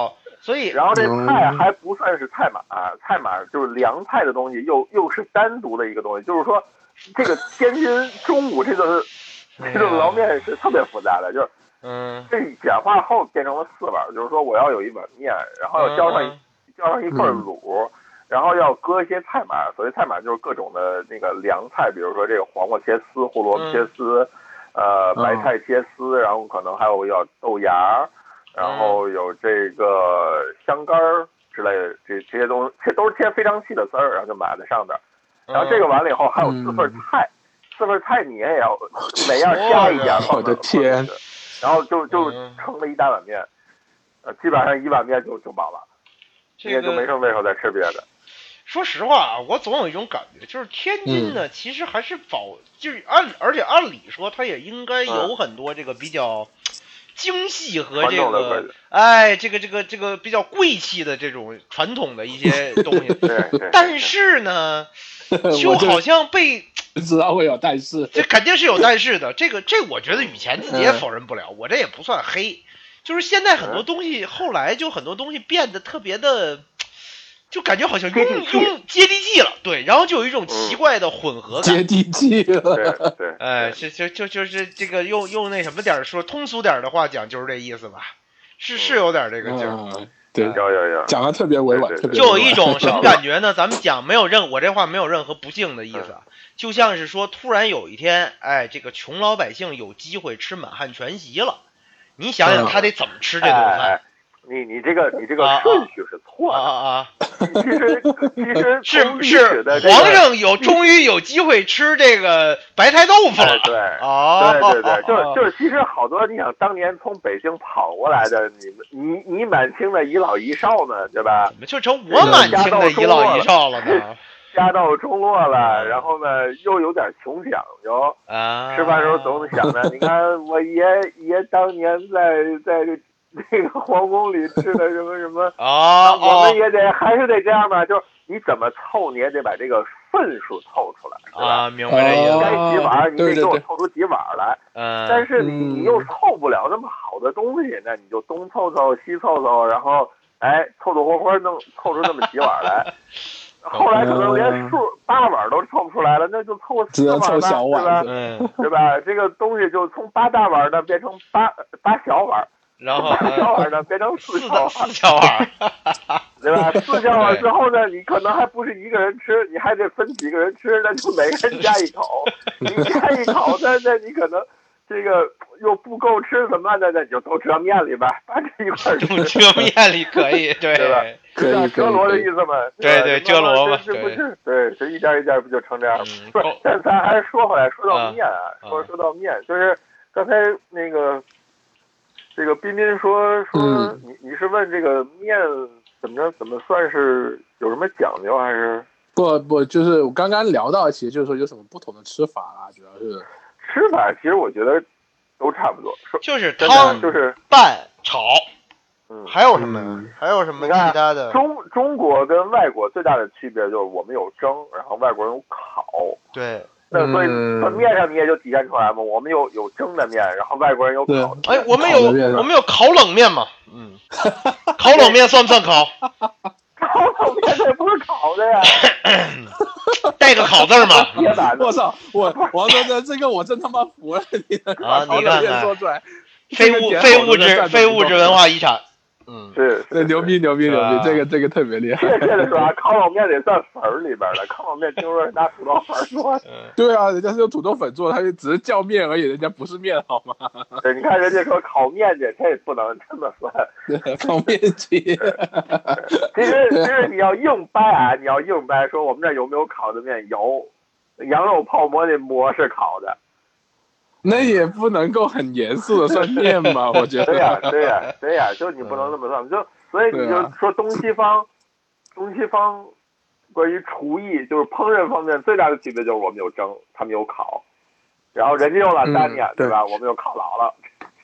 所以然后这菜还不算是菜码，菜码就是凉菜的东西，又又是单独的一个东西。就是说，这个天津中午这个这种捞面是特别复杂的，就是嗯， 这简化后变成了四碗，就是说我要有一碗面，然后要浇上浇上一份卤。然后要搁一些菜码，所谓菜码就是各种的那个凉菜，比如说这个黄瓜切丝、胡萝卜切丝，嗯、呃，白菜切丝，然后可能还有要豆芽，然后有这个香干儿之类的，这这些东西，这都是切非常细的丝儿，然后就码在上边。然后这个完了以后还有四份菜，四份菜你也要每样加一点， 我的天！ 然后就就盛了一大碗面，呃，基本上一碗面就就饱了，你也就没什么胃口再吃别的。 说实话啊，我总有一种感觉，就是天津呢，嗯、其实还是保，就是按而且按理说，它也应该有很多这个比较精细和这个，哎，这个这个这个比较贵气的这种传统的一些东西。但是呢，就好像被知道会有但是， 这肯定是有但是的。这个这我觉得雨前自己也否认不了，嗯、我这也不算黑，就是现在很多东西，后来就很多东西变得特别的。就感觉好像用用接地气了，对，然后就有一种奇怪的混合感。 接地气了， 对对， 哎，就就就就是这个用用那什么点说通俗点的话讲，就是这意思吧，是是有点这个劲儿、 嗯，对， 有有有， 讲的特别委婉，特别就有一种什么感觉呢？咱们讲没有任我这话没有任何不敬的意思，就像是说突然有一天，哎，这个穷老百姓有机会吃满汉全席了，你想想他得怎么吃这顿饭？ 哎你你这个你这个顺序是错的啊啊啊！ 其实其实是是皇上有终于有机会吃这个白菜豆腐了， 哎、对， 哦， 对对对，就是就是其实好多你想当年从北京跑过来的，你们你你满清的遗老遗少们，对吧？ 怎么就成我满清的遗老遗少了呢？ 家道中落了，然后呢又有点穷讲究啊，吃饭时候总想着，你看我爷爷当年在在这。那个皇宫里吃的什么什么啊， 我们也得还是得这样吧，就是你怎么凑你也得把这个份数凑出来，是吧？ 啊，明白这意思。 该几碗你得给我凑出几碗来， 嗯。 但是你你又凑不了那么好的东西，那你就东凑凑西凑凑，然后哎凑凑合合弄凑出那么几碗来。后来可能连数八碗都凑不出来了，那就凑四碗吧，对吧？ 嗯， 对吧？这个东西就从八大碗的变成八八小碗。 然后八小碗呢变成四小碗， 四小碗， 对吧？四小碗之后呢，你可能还不是一个人吃，你还得分几个人吃，那就每个人加一口。你加一口，那那你可能这个又不够吃怎么办呢？那你就都折面里吧，把这一块吃。 折面里可以，对对吧？ 可以折罗的意思嘛？ 对对，折罗嘛， 是不是？对，这一点一点不就成这样了？不是，但咱还是说回来，说到面啊，说说到面，就是刚才那个。这个彬彬说说、嗯、你你是问这个面怎么着怎么算是有什么讲究还是不不就是我刚刚聊到，其实就是说有什么不同的吃法啦，主要是吃法，其实我觉得都差不多， 就是汤就是拌炒， 嗯， 还有什么、嗯、还有什么其他的？ 中中国跟外国最大的区别就是我们有蒸，然后外国人有烤， 对。 那所以从面上你也就体现出来嘛，我们有有蒸的面，然后外国人有烤的。 哎，我们有我们有烤冷面嘛，嗯，烤冷面算不算烤？ 烤冷面这不是烤的呀， 带个烤字嘛。 我操，我王哥哥，这个我真他妈服了你啊！你看看， 说出来， 非物非物质非物质文化遗产。 嗯，是是牛逼牛逼牛逼，这个这个特别厉害。 确切的说啊，烤冷面得算粉儿里边的，烤冷面听说是拿土豆粉做的。 对啊，人家是用土豆粉做的，他就只是叫面而已，人家不是面好吗？ 对，你看人家说烤面去，这也不能这么算。 烤面去。 其实其实你要硬掰啊，你要硬掰说我们这有没有烤的面？有，羊肉泡馍那馍是烤的。 那也不能够很严肃的算面嘛，我觉得。 对呀，对呀，对呀，就你不能这么算，就所以你就说东西方，东西方关于厨艺就是烹饪方面最大的区别就是我们有蒸，他们有烤，然后人家用了单面，对吧？我们有烤老了。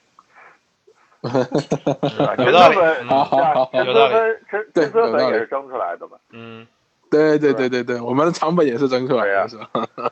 有道理， 好好好，陈泽粉，陈陈泽粉也是蒸出来的嘛。 嗯， 对对对对对，我们的肠本也是蒸出来的，是吧？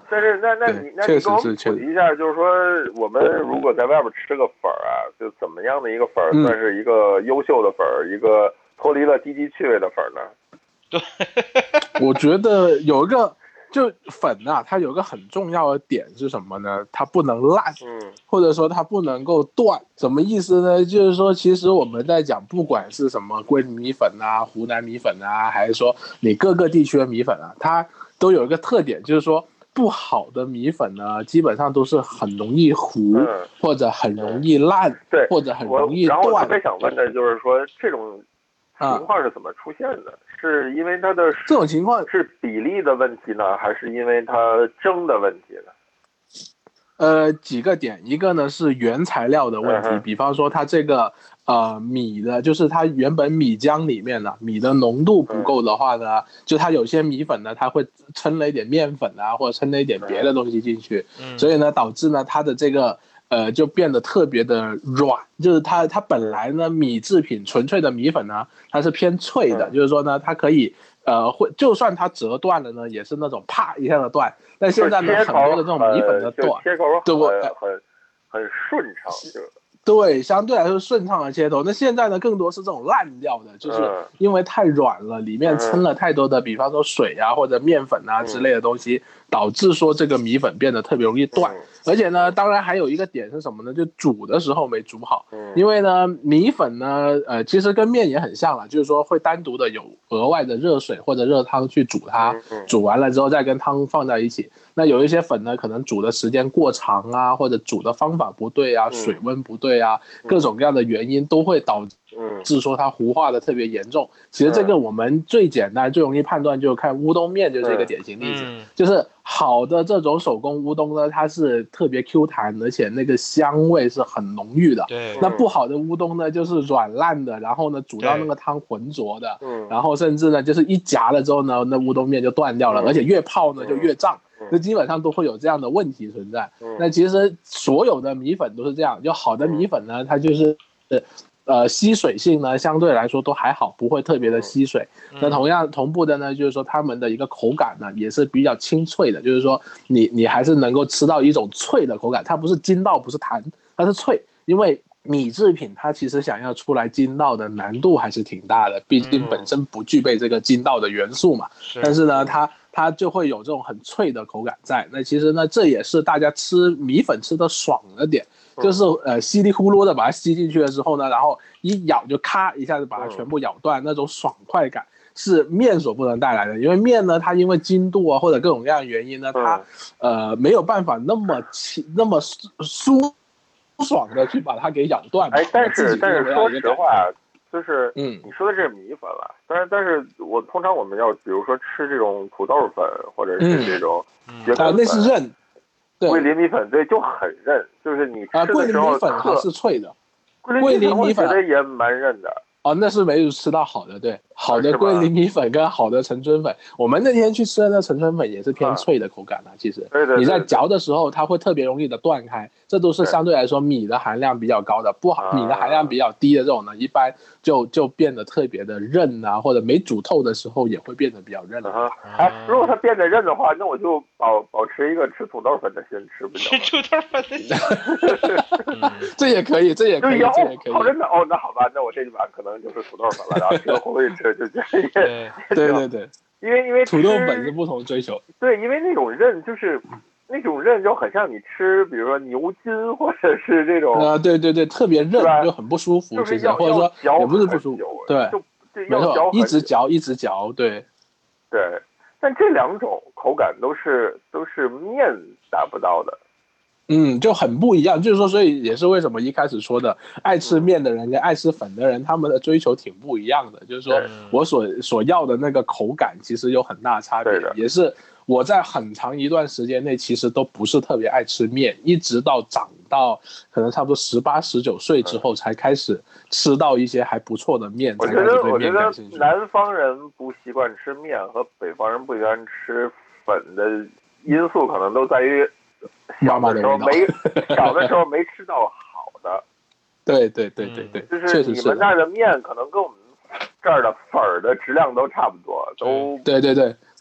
但是那那你那你给我们普及一下，就是说我们如果在外边吃个粉儿啊，就怎么样的一个粉儿算是一个优秀的粉儿，嗯、一个脱离了低级趣味的粉儿呢？ 对， 我觉得有一个就粉啊，它有一个很重要的点是什么呢？它不能烂， 嗯， 或者说它不能够断。什么意思呢？就是说，其实我们在讲，不管是什么桂林米粉啊、湖南米粉啊，还是说你各个地区的米粉啊，它都有一个特点，就是说。不好的米粉呢，基本上都是很容易糊，嗯、或者很容易烂， 嗯、对， 或者很容易断。 然后我特别想问的就是说，这种情况是怎么出现的？嗯、是因为它的这种情况是比例的问题呢，还是因为它蒸的问题呢？ 呃，几个点，一个呢是原材料的问题，嗯、比方说它这个呃米的，就是它原本米浆里面呢，米的浓度不够的话呢，嗯、就它有些米粉呢，它会掺了一点面粉啊，或者掺了一点别的东西进去，嗯、所以呢，导致呢它的这个呃就变得特别的软，就是它它本来呢米制品纯粹的米粉呢，它是偏脆的，嗯、就是说呢它可以。呃，会就算它折断了呢，也是那种啪一下的断。但现在呢，很多的这种米粉的断， 切口对不很很很顺畅，就对，相对来说顺畅的切头。那现在呢，更多是这种烂掉的，就是因为太软了，里面掺了太多的，比方说水啊或者面粉啊之类的东西，导致说这个米粉变得特别容易断。而且呢，当然还有一个点是什么呢？就煮的时候没煮好。因为呢，米粉呢，呃，其实跟面也很像了，就是说会单独的有额外的热水或者热汤去煮它，煮完了之后再跟汤放在一起。那有一些粉呢，可能煮的时间过长啊，或者煮的方法不对啊，水温不对啊，各种各样的原因都会导致说它糊化的特别严重。其实这个我们最简单、最容易判断就是看乌冬面，就是一个典型例子，就是好的这种手工乌冬呢，它是特别 Q 弹，而且那个香味是很浓郁的。 对。 那不好的乌冬呢，就是软烂的，然后呢煮到那个汤浑浊的，然后甚至呢就是一夹了之后呢，那乌冬面就断掉了，而且越泡呢就越胀。那基本上都会有这样的问题存在。那其实所有的米粉都是这样，就好的米粉呢，它就是呃吸水性呢相对来说都还好，不会特别的吸水。那同样同步的呢，就是说它们的一个口感呢也是比较清脆的，就是说你你还是能够吃到一种脆的口感，它不是筋道，不是弹，它是脆，因为。米制品它其实想要出来筋道的难度还是挺大的，毕竟本身不具备这个筋道的元素嘛。嗯、但是呢，它它就会有这种很脆的口感在。那其实呢，这也是大家吃米粉吃的爽的点，就是呃稀里呼噜的把它吸进去了之后呢，然后一咬就咔一下子把它全部咬断，那种爽快感是面所不能带来的。因为面呢，它因为筋度啊或者各种各样的原因呢，它呃没有办法那么那么酥。不爽的去把它给咬断。 哎，但是但是说实话，就是嗯，你说的是米粉了，但是但是我通常我们要比如说吃这种土豆粉或者是这种蕨粉、 嗯，那是韧， 桂林米粉对就很韧，就是你吃的时候、 啊、桂林米粉还是脆的， 桂林米粉我觉得也蛮韧的。 哦，那是没有吃到好的，对，好的桂林米粉跟好的陈春粉，我们那天去吃的那陈春粉也是偏脆的口感啊。其实， 对对， 你在嚼的时候，它会特别容易的断开，这都是相对来说米的含量比较高的，不好米的含量比较低的这种呢，一般就就变得特别的韧啊，或者没煮透的时候也会变得比较韧了。 啊，哎，如果它变得韧的话，那我就保保持一个吃土豆粉的心，吃不吃土豆粉的心， 这也可以，这也可以，这也可以。 好真的哦，那好吧，那我这一碗可能就是土豆粉了，然后吃个回去吃就这样。 对对对， 因为因为土豆粉是不同追求。 对，因为那种韧就是那种韧就很像你吃，比如说牛筋或者是这种啊，对对对，特别韧就很不舒服， 就是其实或者说也不是不舒服，对， 就没错，一直嚼一直嚼，对对。但这两种口感都是都是面达不到的。 嗯，就很不一样，就是说，所以也是为什么一开始说的，爱吃面的人跟爱吃粉的人，他们的追求挺不一样的。就是说我所所要的那个口感，其实有很大差别。也是我在很长一段时间内，其实都不是特别爱吃面，一直到长到可能差不多十八、十九岁之后，才开始吃到一些还不错的面。 我觉得，我觉得南方人不习惯吃面和北方人不习惯吃粉的因素，可能都在于。小的时候没，小的时候没吃到好的。 对对对对对， 就是你们那儿的面可能跟我们这儿的粉儿的质量都差不多，都对对对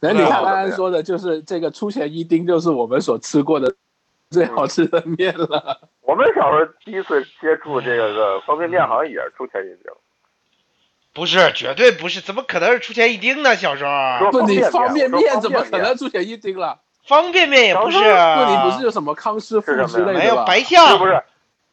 那你看安安说的，就是这个出前一丁，就是我们所吃过的最好吃的面了。 嗯、我们小时候第一次接触这个方便面，好像也是出前一丁。 不是，绝对不是，怎么可能是出前一丁呢？小时候， 不，你方便面怎么可能出前一丁了？ 方便面也不是啊。 不，你不是有什么康师傅之类的吧？ 没有白象， 是不是？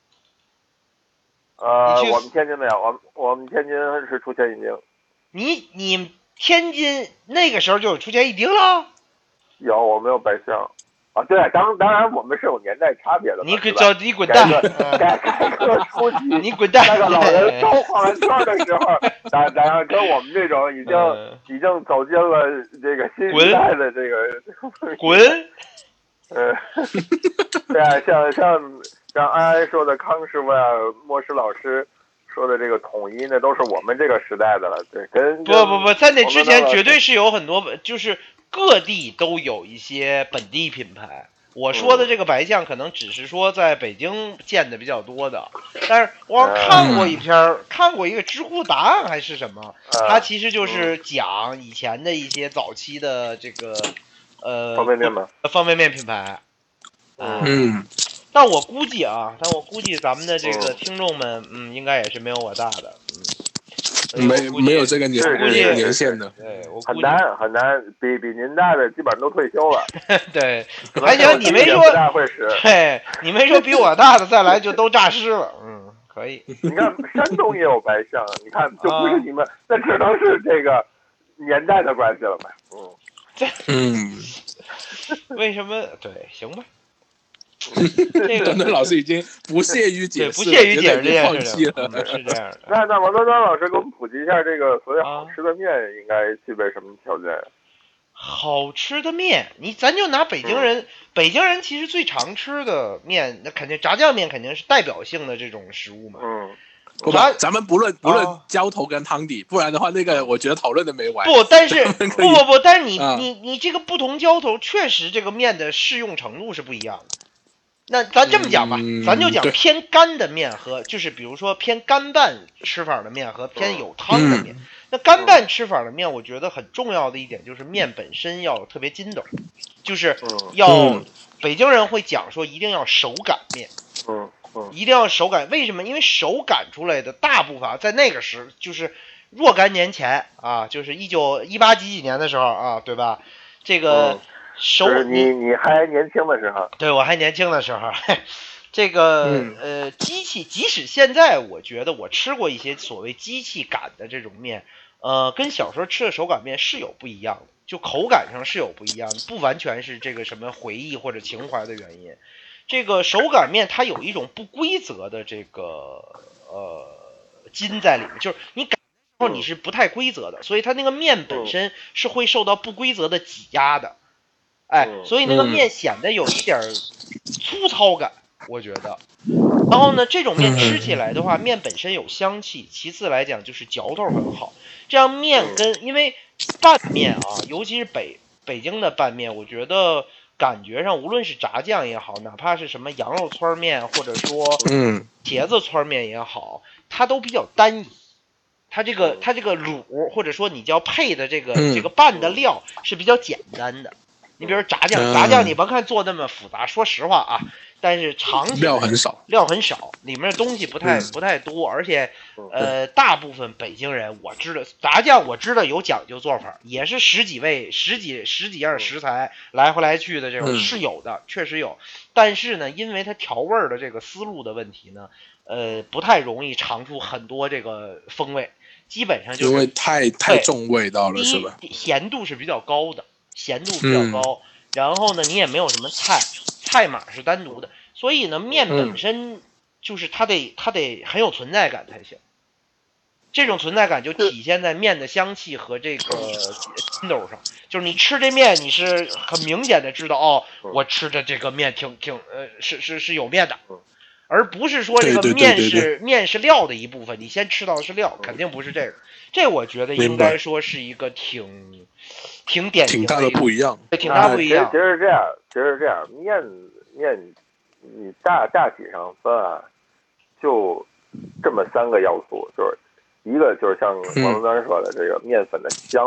呃，我们天津没有，我们我们天津是出前一丁。 你你天津那个时候就有出前一丁了？ 有，我们有白象。啊，对，当当然我们是有年代差别的。 你滚叫你滚蛋！ 改改革初期， 你滚蛋！ 那个老人烧画完圈的时候，咱咱跟我们这种已经、嗯、已经走进了这个新时代的这个滚。 呃，对啊，像像像安安说的康师傅啊，莫师老师说的这个统一，那都是我们这个时代的了。对，跟不不不，在那之前绝对是有很多，就是各地都有一些本地品牌。我说的这个白象可能只是说在北京见的比较多的，但是我看过一篇、嗯、看过一个知乎答案还是什么， 嗯、 它其实就是讲以前的一些早期的这个呃方便面吗？ 方便面品牌。 嗯。嗯， 但我估计啊，但我估计咱们的这个听众们，嗯，应该也是没有我大的， 嗯，没没有这个年年限的， 对，我很难很难，比比您大的基本上都退休了， 对，还行，你没说，对，你没说比我大的再来就都诈尸了，嗯，可以。 你看山东也有白象，你看就不是你们，那、啊、只能是这个年代的关系了呗，嗯， 这， 嗯， 为什么？对，行吧。 这个段段老师已经不屑于解释， 不屑于解释这件事情了，是这样的。 那那王端端老师给我们普及一下，这个所谓好吃的面应该具备什么条件？ 好吃的面，你咱就拿北京人， 嗯、 北京人其实最常吃的面，那肯定炸酱面肯定是代表性的这种食物嘛。 嗯。 不，咱们不论不论浇头跟汤底，不然的话，那个我觉得讨论的没完。 不，但是不不不，但是你、 啊、 你你这个不同浇头，确实这个面的适用程度是不一样的。那咱这么讲吧， 嗯、 咱就讲偏干的面和就是比如说偏干拌吃法的面和偏有汤的面。 嗯、 那干拌吃法的面，我觉得很重要的一点就是面本身要特别筋斗，就是要、 嗯、 北京人会讲说一定要手擀面。 嗯。 一定要手擀，为什么？因为手擀出来的大部分在那个时，就是若干年前啊，就是一九一八几几年的时候啊，对吧？这个手、 嗯、你你还年轻的时候， 对我还年轻的时候，这个、 嗯、 呃机器，即使现在我觉得我吃过一些所谓机器擀的这种面，呃，跟小时候吃的手擀面是有不一样的，就口感上是有不一样的，不完全是这个什么回忆或者情怀的原因。这个手擀面它有一种不规则的这个呃筋在里面，就是你擀的时候你是不太规则的，所以它那个面本身是会受到不规则的挤压的，哎，所以那个面显得有一点粗糙感，我觉得。然后呢，这种面吃起来的话，面本身有香气，其次来讲就是嚼头很好。这样面跟因为拌面啊，尤其是北北京的拌面，我觉得。感觉上，无论是炸酱也好，哪怕是什么羊肉汆面，或者说嗯茄子汆面也好，它都比较单一。它这个它这个卤，或者说你叫配的这个、 嗯、 这个拌的料是比较简单的。你比如炸酱，炸酱你甭看做那么复杂，说实话啊，但是尝起来料很少， 料很少，里面的东西不太、 嗯、 不太多，而且呃，大部分北京人我知道炸酱我知道有讲究做法，也是十几味、十几十几样食材来回来去的这种、 嗯、 是有的，确实有，但是呢，因为它调味的这个思路的问题呢，呃，不太容易尝出很多这个风味，基本上就是因为太太重味道了，是吧？ 咸度是比较高的。咸度比较高、嗯，然后呢，你也没有什么菜，菜码是单独的，所以呢，面本身就是它得它得很有存在感才行。这种存在感就体现在面的香气和这个筋斗上，就是你吃这面，你是很明显的知道哦，我吃的这个面挺挺呃是是是有面的，而不是说这个面是对对对对对面是料的一部分，你先吃到的是料，肯定不是这个。这我觉得应该说是一个挺。挺典型的， 挺大的不一样， 对，挺大不一样。 其实是这样，其实是这样，面面你大大体上分啊，就这么三个要素，就是一个就是像王端端说的这个面粉的香，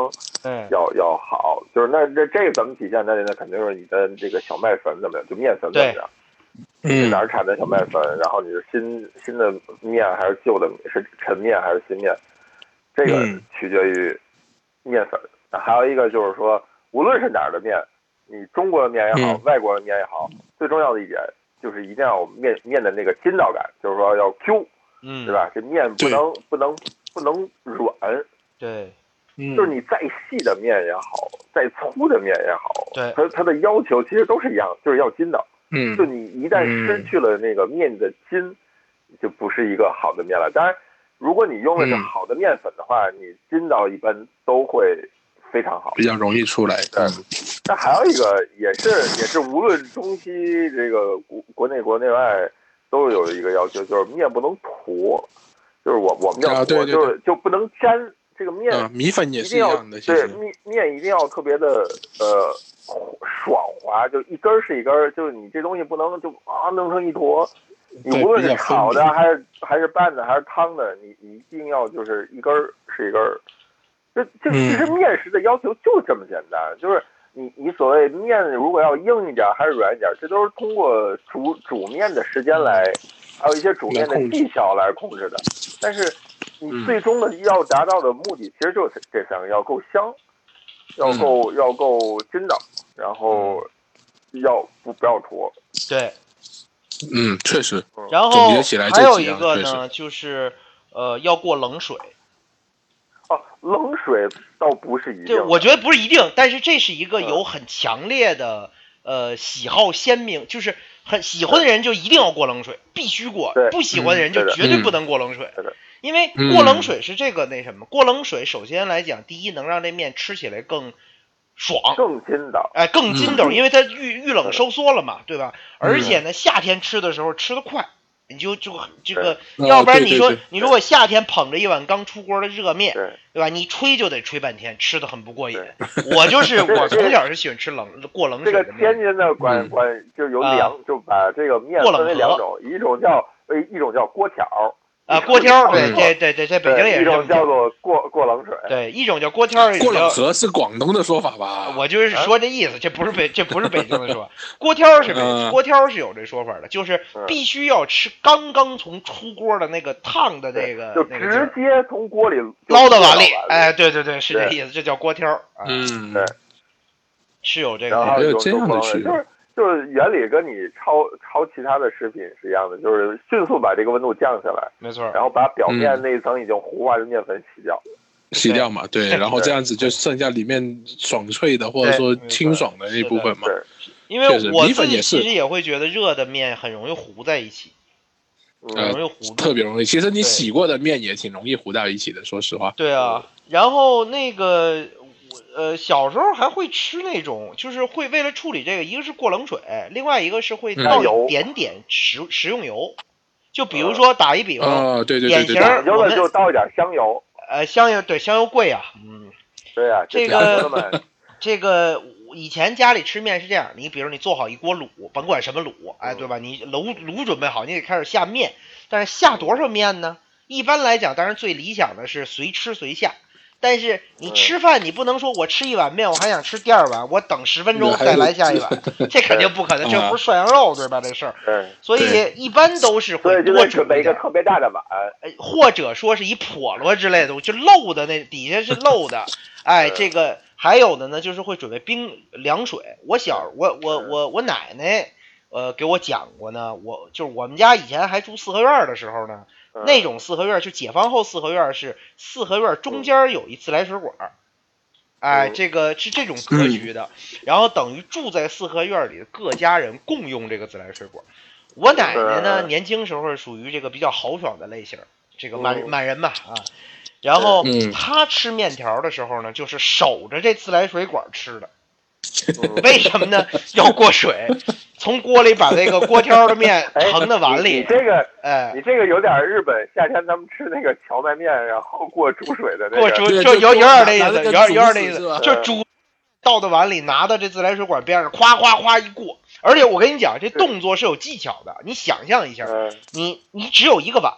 嗯， 要要好。就是那这这个怎么体现？那那肯定是你的这个小麦粉怎么样，就面粉怎么样。你是哪儿产的小麦粉？然后你是新新的面还是旧的？是陈面还是新面？这个取决于面粉。那还有一个就是说，无论是哪儿的面，你中国的面也好，外国的面也好，最重要的一点就是一定要面面的那个筋道感，就是说要 Q， 嗯，对吧？这面不能不能不能软， 对， 就是你再细的面也好，再粗的面也好， 对， 它它的要求其实都是一样，就是要筋道。 嗯， 就你一旦失去了那个面的筋，就不是一个好的面了。当然，如果你用的是好的面粉的话，嗯、你筋道一般都会非常好， 比较容易出来。 对。那还有一个也是也是无论中西这个国国内国内外都有一个要求，就是面不能坨，就是我我们叫坨， 啊、对对对就是就不能粘。这个面、 啊、米粉也是一样的， 对面面一定要特别的呃爽滑，就一根是一根，就是你这东西不能就啊弄成一坨。你无论是炒的还是还是拌的还是汤的，你你一定要就是一根是一根。就就其实面食的要求就这么简单，嗯、就是你你所谓面如果要硬一点还是软一点，这都是通过煮煮面的时间来，还有一些煮面的技巧来控制的，但是。你最终的要达到的目的，其实就是这三个：要够香，要够、嗯、要够筋道，然后要不不要坨。 对， 嗯，确实。 然后还有一个呢，就是呃，要过冷水。 哦，冷水倒不是一定。 对，我觉得不是一定，但是这是一个有很强烈的、嗯、呃喜好鲜明，就是很喜欢的人就一定要过冷水，必须过；不喜欢的人就绝对不能过冷水。 嗯因为过冷水是这个那什么，嗯、过冷水首先来讲，第一能让这面吃起来更爽， 更筋道， 哎，更筋道，嗯、因为它遇遇冷收缩了嘛，对吧？而且呢，夏天吃的时候吃得快，你就就这个，要不然你说、 哦、对对对你如果夏天捧着一碗刚出锅的热面，对, 对吧？你吹就得吹半天，吃的很不过瘾。我就是我从小是喜欢吃冷过冷水的面。 这个天津的管管就有两、嗯，就把这个面分为两种，一种叫呃一种叫锅条。 啊，锅条，对，这这这这北京也是一种叫做过过冷水， 对，一种叫锅条， 过冷河是广东的说法吧？ 我就是说这意思，这不是北这不是北京的说法，锅条是北、嗯、锅条是有这说法的，就是必须要吃刚刚从出锅的那个烫的那个， 就直接从锅里捞到碗里，哎，对对对，是这意思，这叫锅条， 嗯， 对， 是有这个， 还有这样的区别。 就是原理跟你焯焯其他的食品是一样的，就是迅速把这个温度降下来， 没错， 然后把表面那一层已经糊化的面粉洗掉， 嗯、洗掉嘛，对，然后这样子就剩下里面爽脆的或者说清爽的那部分嘛。 因为我自己其实也会觉得热的面很容易糊在一起，很容易糊、 呃，特别容易。其实你洗过的面也挺容易糊到一起的，说实话。 对啊，然后那个。呃，小时候还会吃那种，就是会为了处理这个，一个是过冷水，另外一个是会倒一点点食、嗯、食用油，就比如说打一比方， 哦，对对对对， 典型我们就倒一点香油， 呃，香油对香油贵啊，嗯， 对啊， 这个这个以前家里吃面是这样，你比如你做好一锅卤，甭管什么卤，哎，对吧？你卤卤准备好，你得开始下面，但是下多少面呢？一般来讲，当然最理想的是随吃随下。但是你吃饭，你不能说我吃一碗面，我还想吃第二碗，我等十分钟再来下一碗，这肯定不可能，这不是涮羊肉对吧？这事儿，所以一般都是会多准备一个特别大的碗， 或者说是一笸箩之类的，就漏的那底下是漏的，哎，这个还有的呢，就是会准备冰凉水。我小我我我我奶奶呃给我讲过呢，我就是我们家以前还住四合院的时候呢。那种四合院就解放后四合院是四合院中间有一自来水管，哎，这个是这种格局的，然后等于住在四合院里的各家人共用这个自来水管。我奶奶呢，年轻时候是属于这个比较豪爽的类型，这个满满人嘛啊，然后她吃面条的时候呢，就是守着这自来水管吃的。为什么呢？要过水，从锅里把这个锅条的面盛到碗里。 你这个，哎，你这个有点日本夏天咱们吃那个荞麦面，然后过煮水的那个。 过煮就有有点那意思，有点有点那意思，就煮倒到碗里，拿到这自来水管边上，夸夸夸一过。而且我跟你讲，这动作是有技巧的。你想象一下，你你只有一个碗，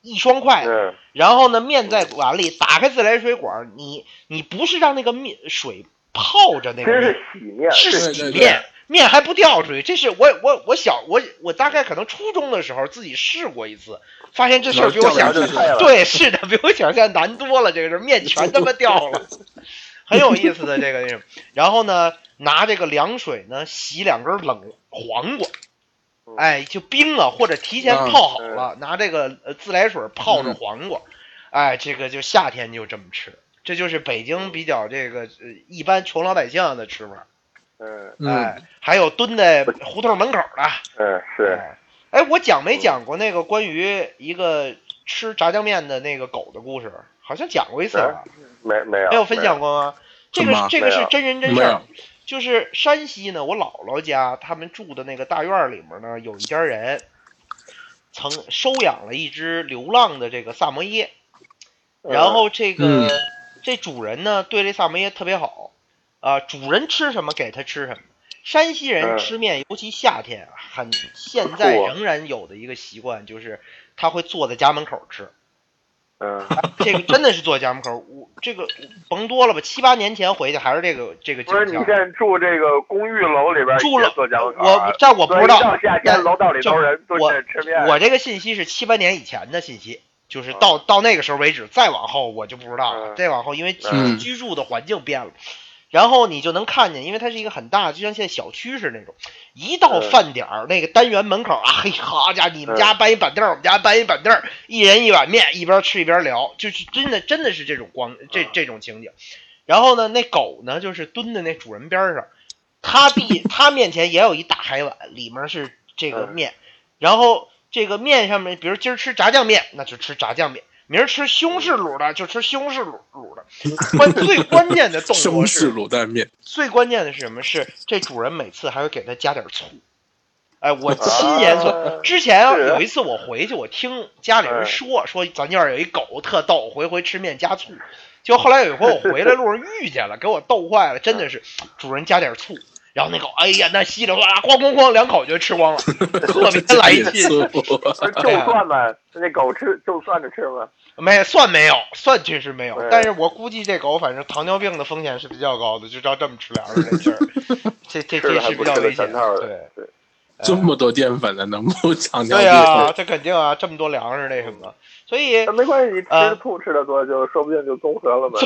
一双筷子， 嗯然后呢面在碗里，打开自来水管，你你不是让那个面水泡着那个面， 是洗面， 是对对对洗面，面还不掉出去。这是我我我小我我大概可能初中的时候自己试过一次，发现这事儿比我想然后掉下去了对是的比我想象难多了，这个是面全他妈掉了，很有意思的这个那种。然后呢，拿这个凉水呢洗两根冷黄瓜。哎，就冰了，或者提前泡好了，拿这个呃自来水泡着黄瓜，哎，这个就夏天就这么吃，这就是北京比较这个呃一般穷老百姓的吃法。 嗯， 哎，还有蹲在胡同门口的， 嗯是。 哎，我讲没讲过那个关于一个吃炸酱面的那个狗的故事？好像讲过一次吧？ 没没有没有分享过吗？这个这个是真人真事儿。就是山西呢，我姥姥家他们住的那个大院里面呢，有一家人曾收养了一只流浪的这个萨摩耶，然后这个、嗯、这主人呢对这萨摩耶特别好啊、呃，主人吃什么给他吃什么。山西人吃面，嗯、尤其夏天，很现在仍然有的一个习惯，就是他会坐在家门口吃。 嗯， 这个真的是坐家门口，我这个甭多了吧，七八年前回去还是这个这个景象。 不是你现在住这个公寓楼里边住了坐家门口、 啊，我这我不知道。 到夏天楼道里头人都在吃面。 我这个信息是七八年以前的信息，就是到、嗯、到那个时候为止，再往后我就不知道了。嗯、再往后，因为其实居住的环境变了。嗯然后你就能看见，因为它是一个很大，就像现在小区是那种，一到饭点儿，嗯、那个单元门口啊，嘿，好家伙，你们家搬一板凳，嗯、我们家搬一板凳，一人一碗面，一边吃一边聊，就是真的真的是这种光这这种情景。然后呢，那狗呢，就是蹲在那主人边上，他必他面前也有一大海碗，里面是这个面，嗯、然后这个面上面，比如今儿吃炸酱面，那就吃炸酱面。明儿吃西红柿卤的就吃西红柿卤卤的，关最关键的动作是西红柿卤蛋面。 最关键的是什么？是这主人每次还会给他加点醋。哎，我亲眼所、啊、之前啊有一次我回去，我听家里人说说咱院有一狗特逗，回回吃面加醋。就后来有一回我回来路上遇见了，给我逗坏了，真的是主人加点醋。然后那狗，哎呀，那稀里哗啦，咣咣咣，两口就吃光了，特别来劲。 就蒜吧，那狗吃就蒜着吃吗？ 没蒜没有，蒜确实没有，但是我估计这狗反正糖尿病的风险是比较高的，就照这么吃粮食这事儿，这这这是比较危险。对对， 这么多淀粉的能不糖尿病？ 对啊，这肯定啊，这么多粮食那什么，所以没关系，你吃醋吃的多，就说不定就综合了嘛。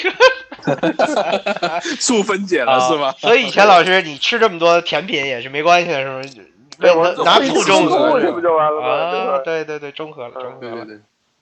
醋分解了、啊、是吗？ 所以以前老师你吃这么多甜品也是没关系的，是不是？对，我拿醋中和不就完了吗？ 啊，对对对，中和了，中和了。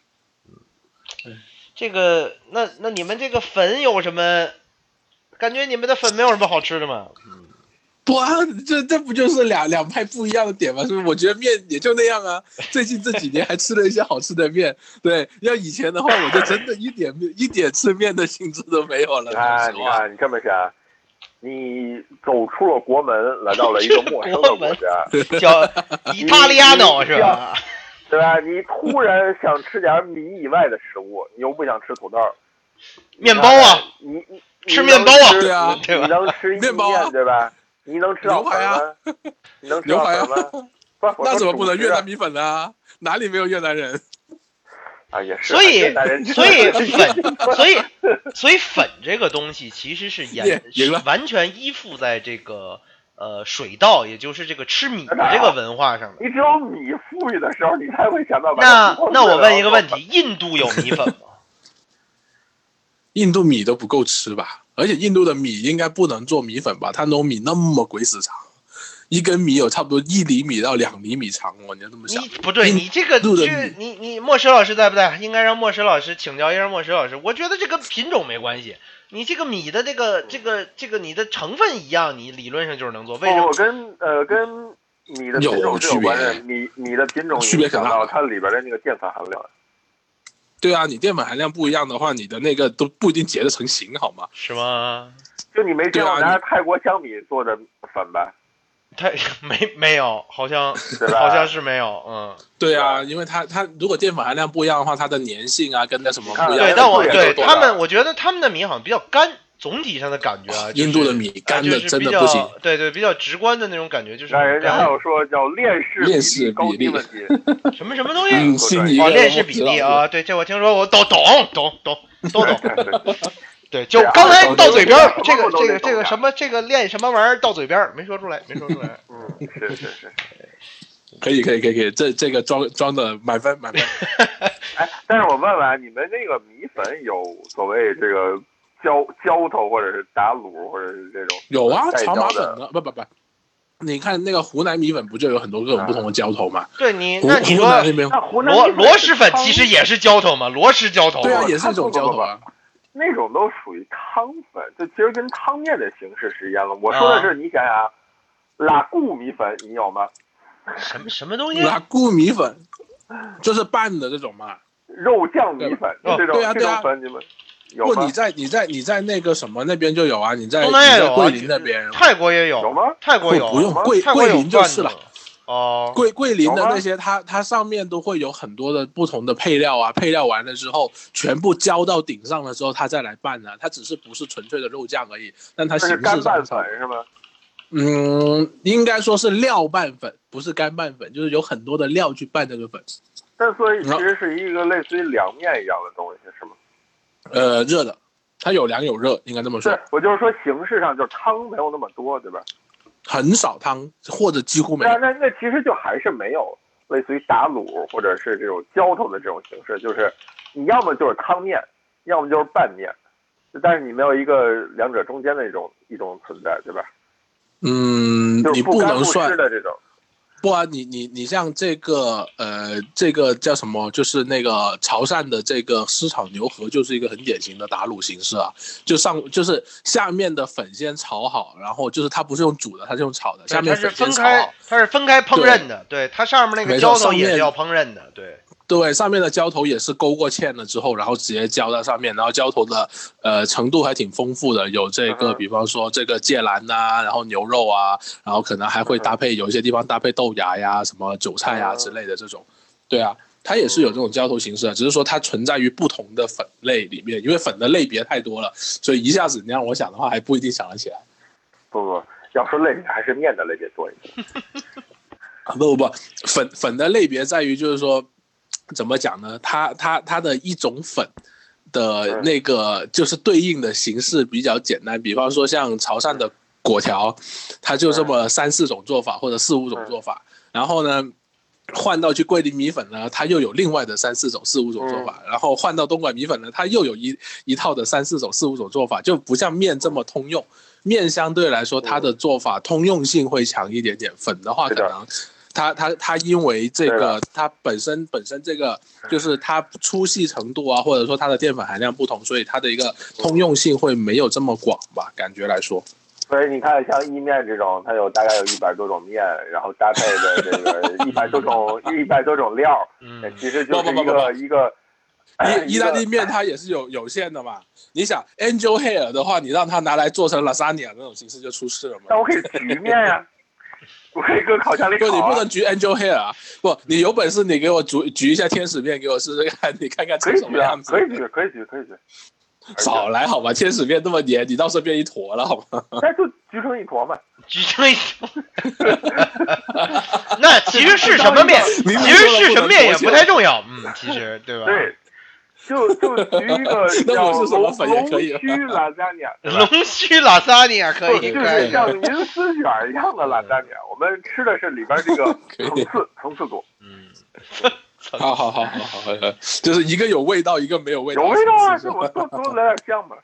这个，那那你们这个粉有什么？感觉你们的粉没有什么好吃的吗？ 嗯，不啊，这这不就是两两派不一样的点吗？是不是？我觉得面也就那样啊。最近这几年还吃了一些好吃的面，对，要以前的话，我就真的一点一点吃面的兴致都没有了。 啊，你看你这么想，你走出了国门，来到了一个陌生的国家， 叫意大利亚诺是吧？ 对吧？你突然想吃点米以外的食物，你又不想吃土豆， 面包啊， 你你吃面包啊， 对啊，你能吃面包、啊、对吧？你能吃到粉吗？你能吃到粉吗？ 不，那怎么不能越南米粉呢？哪里没有越南人？ 啊，也是。 所以，所以粉，所以，所以粉这个东西其实是沿完全依附在这个。呃，水稻也就是这个吃米的这个文化上的。 你只有米富裕的时候，你才会想到把。 那那我问一个问题：印度有米粉吗？ 印度米都不够吃吧？而且印度的米应该不能做米粉吧？它那种米那么鬼死长，一根米有差不多一厘米到两厘米长哦。你要这么想？ 你不对，你这个这你你莫石老师在不在？应该让莫石老师请教一下莫石老师。我觉得这跟品种没关系。你这个米的这个这个这个你的成分一样，你理论上就是能做。为什么？ 我跟呃跟米的品种是有关的。米米的品种区别很大， 它里边的那个淀粉含量。 对啊，你淀粉含量不一样的话，你的那个都不一定结得成型，好吗？ 是吗？ 就你没见过拿泰国香米做的粉吧？ 太没没有，好像好像是没有，嗯， 对啊，因为它它如果淀粉含量不一样的话，它的粘性啊跟那什么不一样。 对，但我对他们，我觉得他们的米好像比较干， 总体上的感觉啊， 印度的米干的真的不行， 对对，比较直观的那种感觉就是。 那人家还有说叫链式链式比例问题， 什么什么东西？ 嗯，心里哦，链式比例啊，对，这我听说，我都懂懂懂都懂。对，就刚才到嘴边，这个这个这个什么这个链什么玩意儿到嘴边没说出来，没说出来。 嗯，是是是。 可以可以可以可以，这这个装装的满分满分。 哎，但是我问问你们那个米粉有所谓这个浇浇头或者是打卤或者是这种？ 有啊，炒马粉的，不不不，你看那个湖南米粉不就有很多各种不同的浇头吗？ 对你，那你说罗罗蛳粉其实也是浇头嘛？罗氏浇头， 对啊，也是一种浇头啊。 那种都属于汤粉，就其实跟汤面的形式是一样的。我说的是，你想想，拉固米粉你有吗？ 什么什么东西？ 拉固米粉，就是拌的这种嘛。 肉酱米粉这种对啊对啊， 粉你们有吗？ 不，你在你在你在那个什么那边就有啊，你在东南亚有， 桂林那边， 泰国也有， 有吗？ 泰国有， 不用桂桂林就是了。 哦， 桂桂林的那些，它它上面都会有很多的不同的配料啊，配料完了之后，全部浇到顶上了之后，它再来拌啊，它只是不是纯粹的肉酱而已，但它形式上是干拌粉是吗？ 嗯，应该说是料拌粉，不是干拌粉，就是有很多的料去拌这个粉。 但所以其实是一个类似于凉面一样的东西，是吗？ 呃，热的，它有凉有热，应该这么说。 对，我就是说形式上就是汤没有那么多，对吧？ 很少汤，或者几乎没有。 那那那其实就还是没有类似于打卤或者是这种浇头的这种形式，就是你要么就是汤面，要么就是拌面，但是你没有一个两者中间的一种一种存在，对吧？ 嗯， 就是你不能算的这种。 不啊，你你你像这个呃，这个叫什么？就是那个潮汕的这个湿炒牛河，就是一个很典型的打卤形式啊。就上就是下面的粉先炒好，然后就是它不是用煮的，它是用炒的。下面粉先炒好， 它是分开烹饪的。对，它上面那个浇头也是要烹饪的。对。 对，上面的浇头也是勾过芡了之后，然后直接浇在上面，然后浇头的呃程度还挺丰富的，有这个比方说这个芥蓝呐，然后牛肉啊，然后可能还会搭配有一些地方搭配豆芽呀、什么韭菜呀之类的这种。对啊，它也是有这种浇头形式的，只是说它存在于不同的粉类里面，因为粉的类别太多了，所以一下子你让我想的话还不一定想得起来。 不不，要说类别还是面的类别多一点。 不不不，粉粉的类别在于就是说。怎么讲呢？它它它的一种粉的那个就是对应的形式比较简单，比方说像潮汕的粿条，它就这么三四种做法或者四五种做法，然后呢换到去桂林米粉呢，它又有另外的三四种四五种做法，然后换到东莞米粉呢，它又有一一套的三四种四五种做法，就不像面这么通用。面相对来说，它的做法通用性会强一点点，粉的话可能。它它它因为这个它本身本身这个就是它粗细程度啊，或者说它的淀粉含量不同，所以它的一个通用性会没有这么广吧，感觉来说。 所以你看，像意面这种，它有大概有一百多种面，然后搭配的这个一百多种一百多种料，嗯，其实就是一个一个意意大利面它也是有有限的嘛。你想 Angel Hair 的话，你让它拿来做成 lasagna 那种形式就出事了嘛。 但我可以焗面呀、啊。我可以搁烤箱里烤、啊。 不，你不能焗 Angel Hair 啊！不，你有本事你给我焗焗一下天使面给我试试看，你看看成什么样子。 可以焗，可以焗，可以焗。 少来好吧，天使面那么黏，你到时候变一坨了好吗？ 那就焗成一坨嘛。 焗成一坨。那其实是什么面？其实是什么面也不太重要，嗯，其实对吧？ 对。就就焗一个叫龙龙须拉扎尼亚， 龙须拉扎尼亚可以， 就是像银丝卷一样的拉扎尼亚。我们吃的是里边这个层次层次多。 嗯， 好好好好好，就是一个有味道，一个没有味道。 有味道啊，我多多来点酱吧。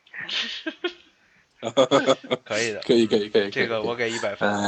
可以的， 可以可以可以， 这个我给一百分。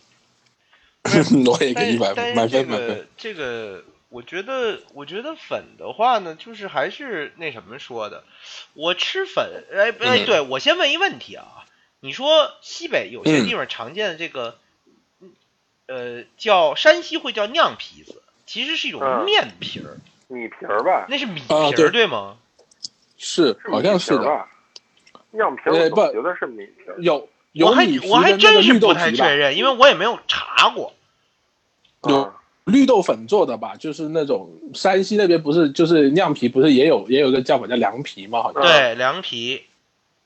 我也给一百分，满分满分。 这个。我觉得，我觉得粉的话呢，就是还是那什么说的，我吃粉，哎哎，对，我先问一问题啊，你说西北有些地方常见的这个，嗯、呃，叫山西会叫酿皮子，其实是一种面皮儿、 嗯，米皮儿吧？ 那是米皮儿、 啊、对, 对吗？ 是，好像是的。 酿皮儿，我觉得是米皮儿。 有，有我还我还真是不太确确认，因为我也没有查过。 有。嗯绿豆粉做的吧，就是那种山西那边不是就是酿皮，不是也有也有一个叫法叫凉皮吗？好像对凉皮，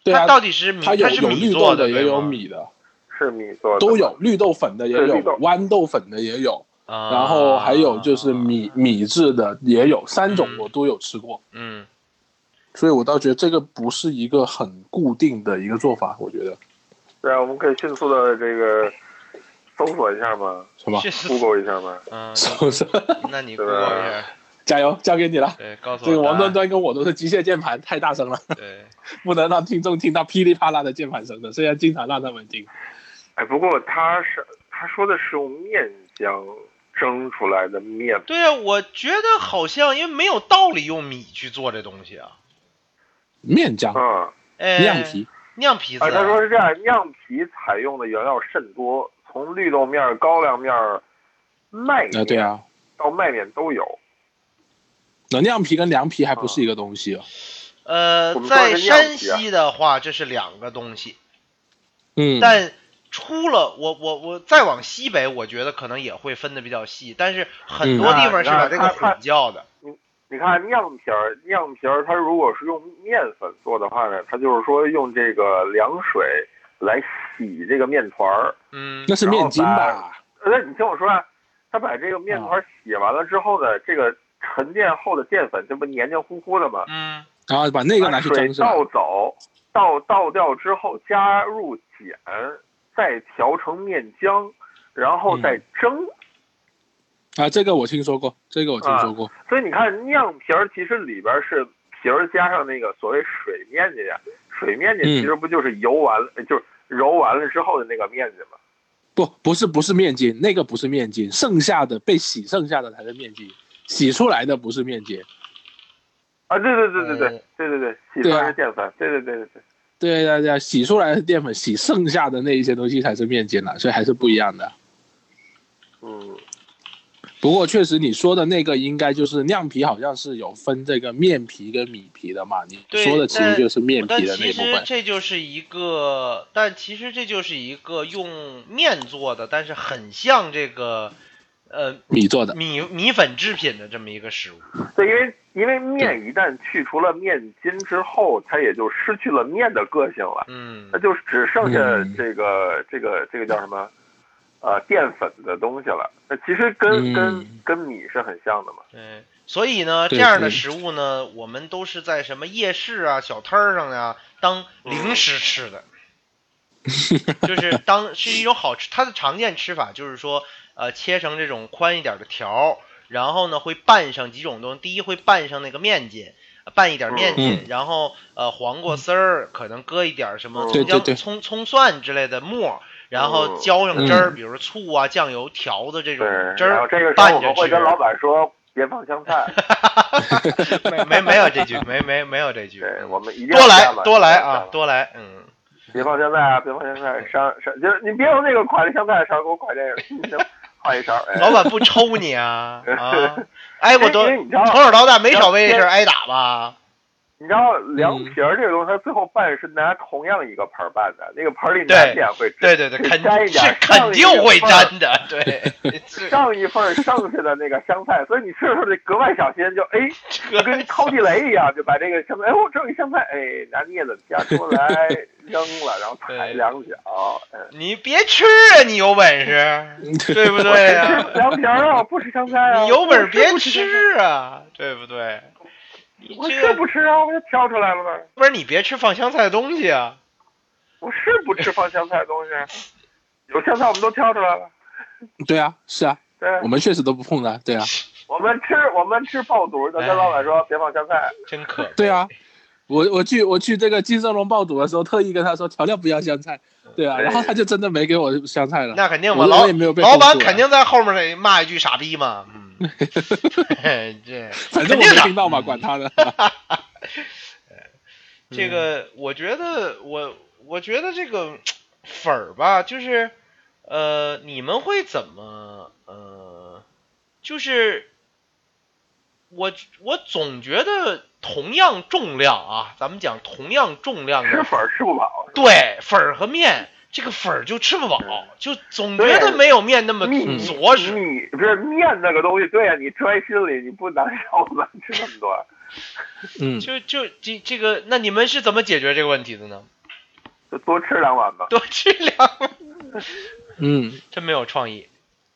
对啊， 它到底是米， 它有有是米绿豆的， 做对也有吗米的， 是米做的都有，绿豆粉的也有， 对绿豆豌豆粉的也有， 啊， 然后还有就是米米制的也有，三种我都有吃过。 嗯， 所以我倒觉得这个不是一个很固定的一个做法，我觉得。 对啊，我们可以迅速的这个搜索一下吗？ 什么 ？Google 一下吗？ 嗯， 搜索。 那你 Google 一下。 加油，交给你了。 对，告诉我。 这个王端端跟我都是机械键盘，太大声了。 对， 不能让听众听到噼里啪啦的键盘声的，虽然经常让他们听。 哎，不过他是他说的是用面浆蒸出来的面。 对啊，我觉得好像因为没有道理用米去做这东西啊。 面浆。 嗯。 哎、 酿皮。 酿皮子。 哎，他说是这样，酿皮采用的原料甚多，从绿豆面、高粱面、麦面。 啊，对啊。 到麦面都有。 那酿皮跟凉皮还不是一个东西啊。 呃，在山西的话，这是两个东西。 嗯。 但出了我我我再往西北，我觉得可能也会分的比较细，但是很多地方是把这个混叫的。 你你看酿皮儿，酿皮儿它如果是用面粉做的话呢，它就是说用这个凉水来洗这个面团儿。 嗯。 那是面筋吧？ 呃，你听我说啊，他把这个面团洗完了之后呢，这个沉淀后的淀粉，这不黏黏糊糊的吗？ 嗯。 然后把那个拿去蒸， 水倒走，倒倒掉之后加入碱，再调成面浆，然后再蒸。 嗯、啊，这个我听说过，这个我听说过。 啊、所以你看，酿皮儿其实里边是皮儿加上那个所谓水面筋呀，水面筋其实不就是油完了，嗯、就是揉完了之后的那个面筋吗？ 不，不是，不是面筋，那个不是面筋，剩下的被洗剩下的才是面筋，洗出来的不是面筋。 啊，对对对对对对对对，洗出来是淀粉，对对对对对， 对对对，洗出来的淀粉，洗剩下的那一些东西才是面筋了，所以还是不一样的。 嗯， 不过确实你说的那个应该就是酿皮，好像是有分这个面皮跟米皮的嘛？你说的其实就是面皮的那一部分。 但其实这就是一个，但其实这就是一个用面做的，但是很像这个。呃， 米做的米米粉制品的这么一个食物。 对，因为因为面一旦去除了面筋之后，它也就失去了面的个性了。 嗯， 它就只剩下这个、嗯、这个这个叫什么呃淀粉的东西了。那其实跟、嗯、跟跟米是很像的嘛。 对，所以呢，这样的食物呢，我们都是在什么夜市啊、小摊儿上呀当零食吃的。嗯、就是当是一种好吃，它的常见吃法就是说。呃，切成这种宽一点的条，然后呢会拌上几种东西。第一会拌上那个面筋，拌一点面筋， 嗯、 然后呃黄瓜丝儿，可能搁一点什么葱姜、 葱葱蒜之类的末，然后浇上汁儿，嗯、比如说醋啊、酱油调的这种汁儿， 这个拌着吃。 我会跟老板说别放香菜。 没没没有这句，没没没有这句。 对，我们一定多来多来啊，多来，嗯。 别放香菜啊！别放香菜，上上就是你别用那个蒯的香菜，少给我蒯这个，换一勺。哎、 老板不抽你啊！啊，挨过多，从小到大没少为这事挨打吧？ 你知道凉皮儿这个东西，它最后拌是拿同样一个盘拌的，那个盘里难免会对对对，肯沾一点， 是肯定会沾的，对。 上一份剩下的那个香菜，所以你吃的时候得格外小心，就哎，就跟掏地雷一样，就把这个香菜，哎，我这有一香菜，哎，拿镊子夹出来扔了，然后踩两脚。嗯、 你别吃啊，你有本事，对不对呀、 啊？凉皮儿啊，不吃香菜啊！ 你有本事别吃啊，对不对？ 我是不吃啊，我就挑出来了呗。 不是你别吃放香菜的东西啊！ 我是不吃放香菜的东西，有香菜我们都挑出来了。 对啊，是啊， 对， 我们确实都不碰的，对啊。 我们吃我们吃爆肚，就跟老板说、哎、别放香菜， 真可。 对啊，我我去我去这个金生龙爆肚的时候，特意跟他说调料不要香菜，对啊，然后他就真的没给我香菜了。 那肯定嘛，老老板肯定在后面得骂一句傻逼嘛。嗯这反正我没听到嘛，管他的。 这个我觉得我我觉得这个粉儿吧，就是呃，你们会怎么呃，就是我我总觉得同样重量啊，咱们讲同样重量的吃粉儿吃不饱。 对，粉儿和面。这个粉儿就吃不饱，就总觉得没有面那么着实。 你不是面那个东西，对呀、啊，你揣心里你不难受吗？吃那么多， 嗯， 就就这这个，那你们是怎么解决这个问题的呢？ 就多吃两碗吧。 多吃两碗。 嗯， 真没有创意。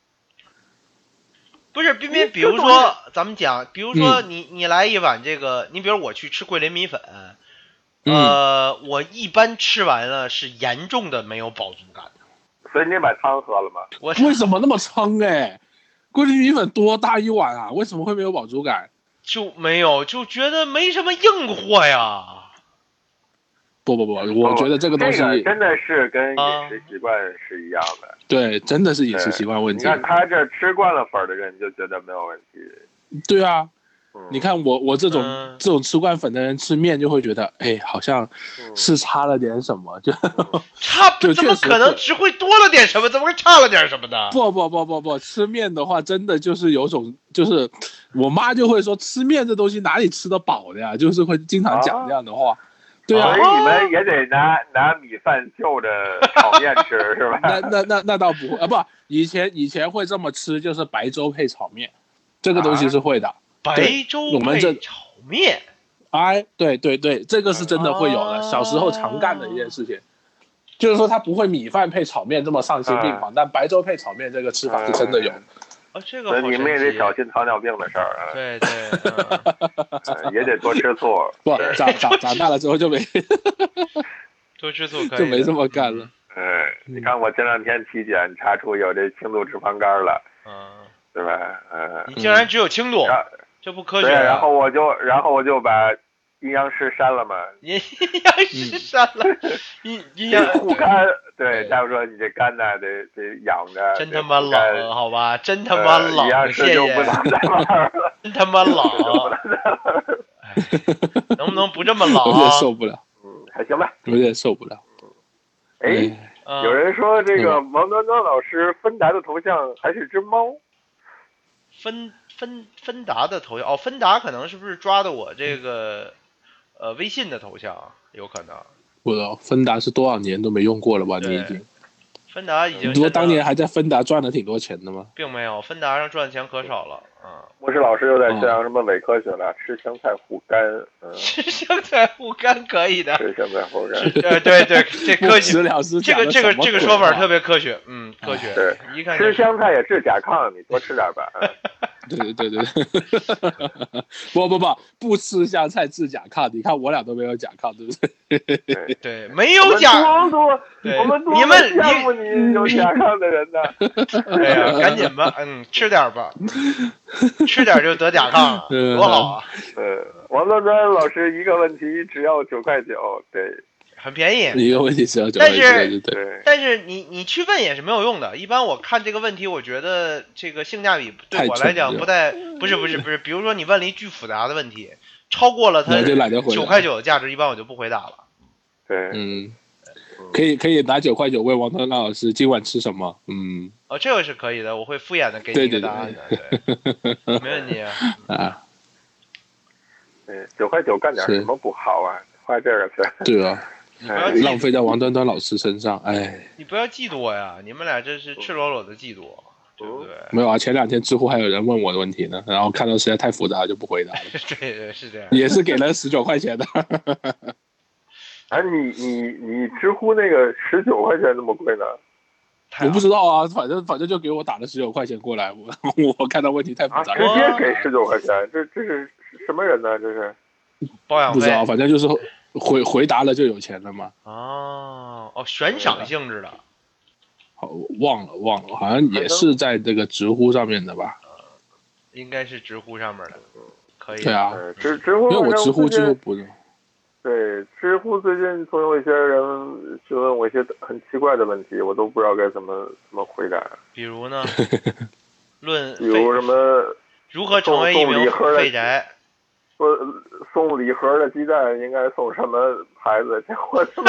不是彬彬，比如说咱们讲，比如说你你来一碗这个，你比如我去吃桂林米粉，呃，我一般吃完了是严重的没有饱足感。 所以你把汤喝了吗？ 我为什么那么撑哎？桂林米粉多大一碗啊？为什么会没有饱足感？ 就没有，就觉得没什么硬货呀。 不不不，我觉得这个东西、 哦这个、真的是跟饮食习惯是一样的。 啊、对，真的是饮食习惯问题。 你看他这吃惯了粉的人就觉得没有问题。 对啊。 嗯、 你看我我这种、嗯、这种吃惯粉的人吃面就会觉得，哎，好像是差了点什么，就、 嗯、 差怎么可能只会多了点什么？怎么会差了点什么呢？ 不不不不不，吃面的话真的就是有种，就是我妈就会说吃面这东西哪里吃得饱的呀，就是会经常讲这样的话。啊对啊， 所以你们也得拿拿米饭就着炒面吃是吧？ 那那那那倒不会啊，不，以前以前会这么吃，就是白粥配炒面，这个东西是会的。啊、 白粥配炒面， 哎，对对对，这个是真的会有的。啊、小时候常干的一件事情，就是说它不会米饭配炒面这么丧心病狂，啊、但白粥配炒面这个吃法是真的有。 哦，这个你们也得小心糖尿病的事儿啊。 对对、 嗯，也得多吃醋。 不，长长长大了之后就没多吃醋就没这么干了。 嗯，你看我前两天体检查出有这轻度脂肪肝了，嗯，对吧？嗯， 你竟然只有轻度，嗯、这不科学、啊。 对，然后我就然后我就把阴阳师删了嘛。 阴阳师删了，阴阴阳护肝。对，大夫说你这肝呢得得养着， 真他妈冷，好吧，真他妈冷， 呃、 谢谢。真他妈冷，哎，能不能不这么冷？ 有点受不了， 嗯，还行吧， 有点受不了。 哎，嗯、有人说这个王端端老师芬达的头像还是只猫。 芬芬芬达的头像哦，芬达可能是不是抓的我这个呃微信的头像？有可能。 不知道芬达是多少年都没用过了吧？你已经， 芬达已经， 你说当年还在芬达赚了挺多钱的吗？ 并没有，芬达上赚钱可少了。嗯， 牧师老师又在宣扬什么伪科学了？吃香菜护肝，嗯， 吃香菜护肝可以的。 吃香菜护肝， 对对对，这科学，这个这个这个说法特别科学，嗯，科学。 对， 一看吃香菜也治甲亢，你多吃点吧。 对对对对，不不不，不吃香菜治甲亢。你看我俩都没有甲亢，对不对？对对，没有甲。 多多，我们多你们羡慕你有甲亢的人呢。 哎呀，赶紧吧，嗯，吃点吧，吃点就得甲亢，多好啊！ 呃，王端端老师一个问题只要九块九，对。 很便宜， 一个问题只要九块九， 但是对， 但是你你去问也是没有用的。一般我看这个问题，我觉得这个性价比对我来讲不太，不是不是不是，比如说你问了一巨复杂的问题，超过了它九块九的价值，一般我就不回答了。 对， 嗯，可以可以拿九块九问王端端老师今晚吃什么？嗯， 哦，这个是可以的，我会敷衍的给你一个答案的，对，对对没问题啊。 啊， 对，九块九干点什么不好啊？花这个钱， 对啊。 你不要浪费在王端端老师身上，哎！ 你不要嫉妒我呀，你们俩这是赤裸裸的嫉妒，对不对？ 没有啊，前两天知乎还有人问我的问题呢，然后看到实在太复杂就不回答了。 对对是这样， 也是给了十九块钱的。 哎，你你你知乎那个十九块钱那么贵呢？ 我不知道啊，反正反正就给我打了十九块钱过来，我我看到问题太复杂了， 啊、直接给十九块钱，这这是什么人呢？这是包养费？ 不知道，反正就是。回回答了就有钱了嘛？ 哦哦，悬赏性质的， 好忘了忘了，好像也是在这个知乎上面的吧？ 呃、应该是知乎上面的，可以。 对啊， 知知乎， 因为我知乎之后不是。 对，知乎最近总有一些人询问我一些很奇怪的问题，我都不知道该怎么怎么回答。 比如呢？论比如什么？ 如何成为一名废宅？ 说送礼盒的鸡蛋应该送什么牌子？这我他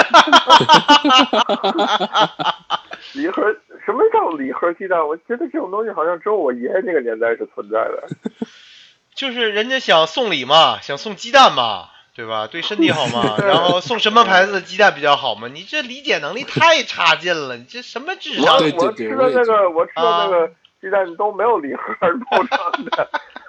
妈礼盒什么叫礼盒鸡蛋？我觉得这种东西好像只有我爷爷那个年代是存在的。 就是人家想送礼嘛，想送鸡蛋嘛，对吧？对身体好嘛，然后送什么牌子的鸡蛋比较好嘛？你这理解能力太差劲了，你这什么智商？ 我我吃的那个，我吃的那个鸡蛋都没有礼盒包装的。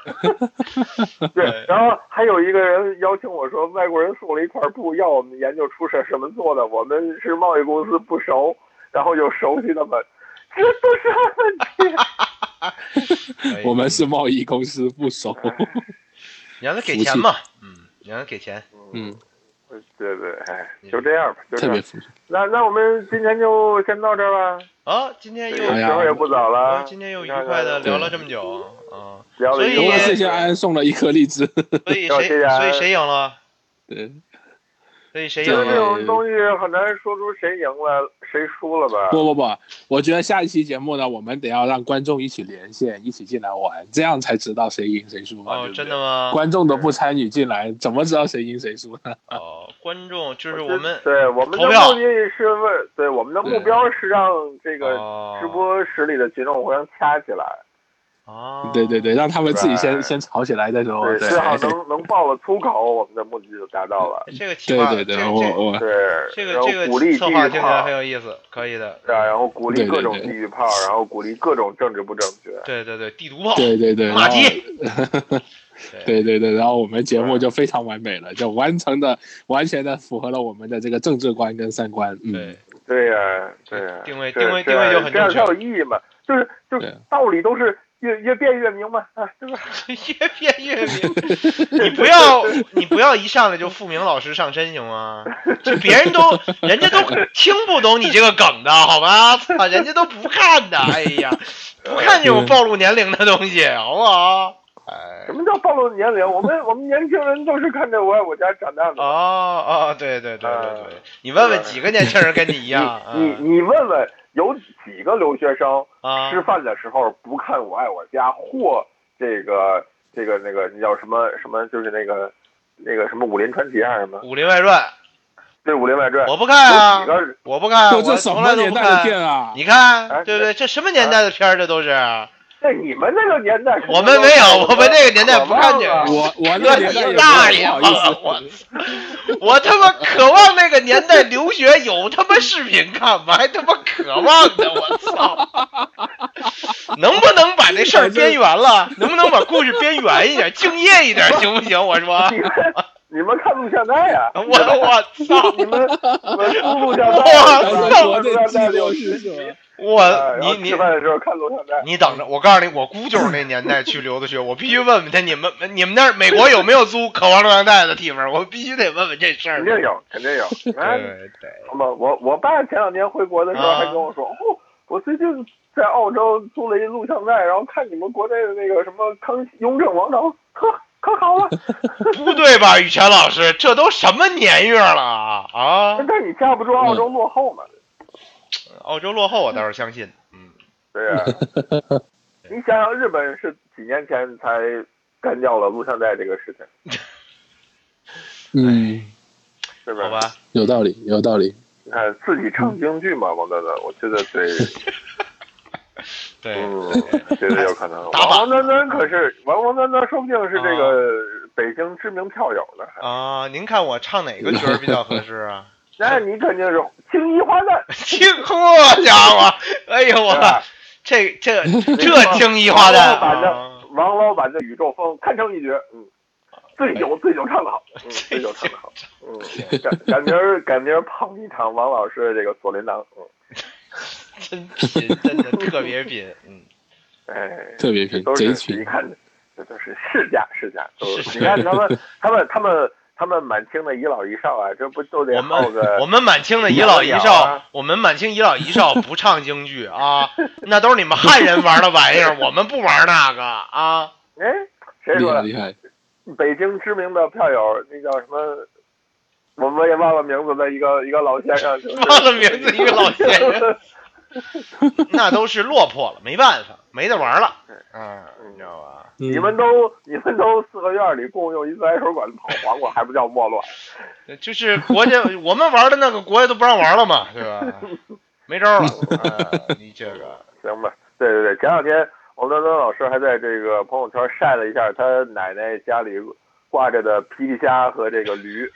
对，然后还有一个人邀请我说，外国人送了一块布，要我们研究出是什么做的，我们是贸易公司不熟，然后又熟悉他们，这都是问题。我们是贸易公司不熟。 你让他给钱嘛，嗯，你让他给钱， 嗯。 对对，哎，就这样吧，就这样。 特别服气。 那那我们今天就先到这儿吧。 啊，今天又时候也不早了， 啊、今天又愉快的聊了这么久啊， 所以谢谢安安送了一颗荔枝。 所以谁所以谁赢了？ 对。 所以谁赢了？ 这种东西很难说出谁赢了谁输了吧？ 不不不，我觉得下一期节目呢，我们得要让观众一起连线，一起进来玩，这样才知道谁赢谁输嘛。 哦， 对对真的吗？ 观众都不参与进来，怎么知道谁赢谁输呢？ 哦，观众就是我们对我们的目的是为对我们的目标是让这个直播室里的群众互相掐起来。 哦， 对对对，让他们自己先先吵起来再说。 对，最好能能爆了粗口，我们的目的就达到了。 这个企划， 对对对，我我对这个这个鼓励策划听起来很有意思，可以的。 对，然后鼓励各种地域炮，然后鼓励各种政治不正确。 对对对，地图炮。 对对对， 马基。 对对对，然后我们节目就非常完美了，就完成的完全的符合了我们的这个政治观跟三观。嗯， 对对呀对呀， 定位定位定位就很正确， 这样才有意义嘛。就是就是道理都是。越越辩越明嘛，啊，对吧？ 越辩越明。你不要你不要一上来就付明老师上身行吗？这别人都人家都听不懂你这个梗的好吧？操，人家都不看的，哎呀，不看这种暴露年龄的东西，好不好？哎， 什么叫暴露年龄？我们我们年轻人都是看着《我爱我家》长大的。 哦哦，对对对对对，你问问几个年轻人跟你一样？ 你你你问问。有几个留学生吃饭的时候不看《我爱我家》或这个这个那个叫什么什么，就是那个那个什么《武林传奇》还是什么《 武林外传》？ 对，《武林外传》 我不看啊，我不看，我这什么年代的片啊？ 你看，对不对？这什么年代的片儿？这都是。 在你们那个年代， 我们没有，我们那个年代不看这个。 我我那个年代大爷，不好意思，我我他妈渴望那个年代留学有他妈视频看吗？还他妈渴望的，我操！能不能把这事儿边缘了？能不能把故事边缘一点，敬业一点，行不行？我说。 你们看录像带呀？ 我我操！ 你们你们出录像带？ 我操！录像带流失是吧？ 我你你吃饭的时候看录像带， 你等着，我告诉你，我姑就是那年代去留的学，我必须问问他，你们你们那儿美国有没有租渴望录像带的地方？我必须得问问这事儿。 肯定有，肯定有。 对对。 那么我我爸前两年回国的时候还跟我说，哦，我最近在澳洲租了一录像带，然后看你们国内的那个什么康雍正王朝，可可好了。 不对吧，宇泉老师，这都什么年月了啊？ 但你架不住澳洲落后嘛。 澳洲落后，我倒是相信。嗯， 对呀、啊。你想想，日本是几年前才干掉了录像带这个事情。 嗯， 是吧？ 好吧， 有道理，有道理。 你看自己唱京剧嘛，王丹丹，我觉得对。 对， 嗯，觉得有可能。王王丹丹可是王王丹丹，说不定是这个北京知名票友呢。 啊，您看我唱哪个角比较合适啊？ 那你肯定是青衣花旦， 青呵家伙，哎呦我，这这这青衣花旦， 王老板的王老板的宇宙风堪称一绝，嗯，醉酒醉酒唱得好，嗯，醉酒唱得好，嗯，赶赶明儿赶明儿捧一场王老师的这个锁麟囊，嗯， 真品，真的特别品，嗯， 哎， 特别品， 都是你看，这都是世家世家，都是你看他们他们他们。他们满清的遗老遗少啊，这不都得耗个？ 我们满清的遗老遗少，我们满清遗老遗少不唱京剧啊，那都是你们汉人玩的玩意儿，我们不玩那个啊。 哎，谁说的？ 厉害！ 北京知名的票友，那叫什么？我我也忘了名字的一个一个老先生， 忘了名字一个老先生。那都是落魄了，没办法，没得玩了。嗯，你知道吧？ 你们都你们都四合院里共用一自来水管跑黄瓜，还不叫没落？ 就是国家我们玩的那个国家都不让玩了嘛，对吧？没招了。啊、你这个行吧？对对对，前两天王丹丹老师还在这个朋友圈晒了一下他奶奶家里挂着的皮皮虾和这个驴。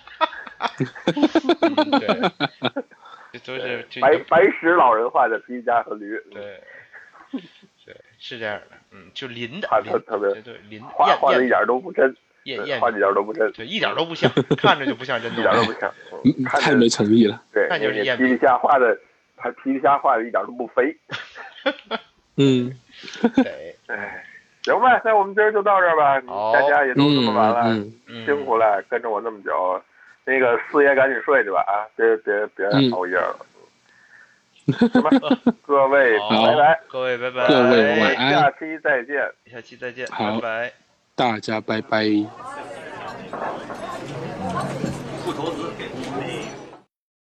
嗯、对。这都是白白石老人画的皮皮虾和驴。 对，对， 是这样的，嗯，就淋的， 画特特别， 对对，淋画画的一点都不真， 艳艳， 画一点都不真， 对，一点都不像，看着就不像真的， 一点都不像， 太没诚意了。 对， 那就是艳。 皮皮虾画的，他皮皮虾画的一点都不肥。 嗯， 对， 哎，行吧，那我们今儿就到这儿吧，大家也都这么晚了， 嗯嗯、 辛苦了，跟着我那么久，那个四爷赶紧睡去吧啊，别别别熬夜了。行吧，各位拜拜， 各位拜拜， 各位晚安， 下期再见， 下期再见， 好， 拜拜， 大家拜拜。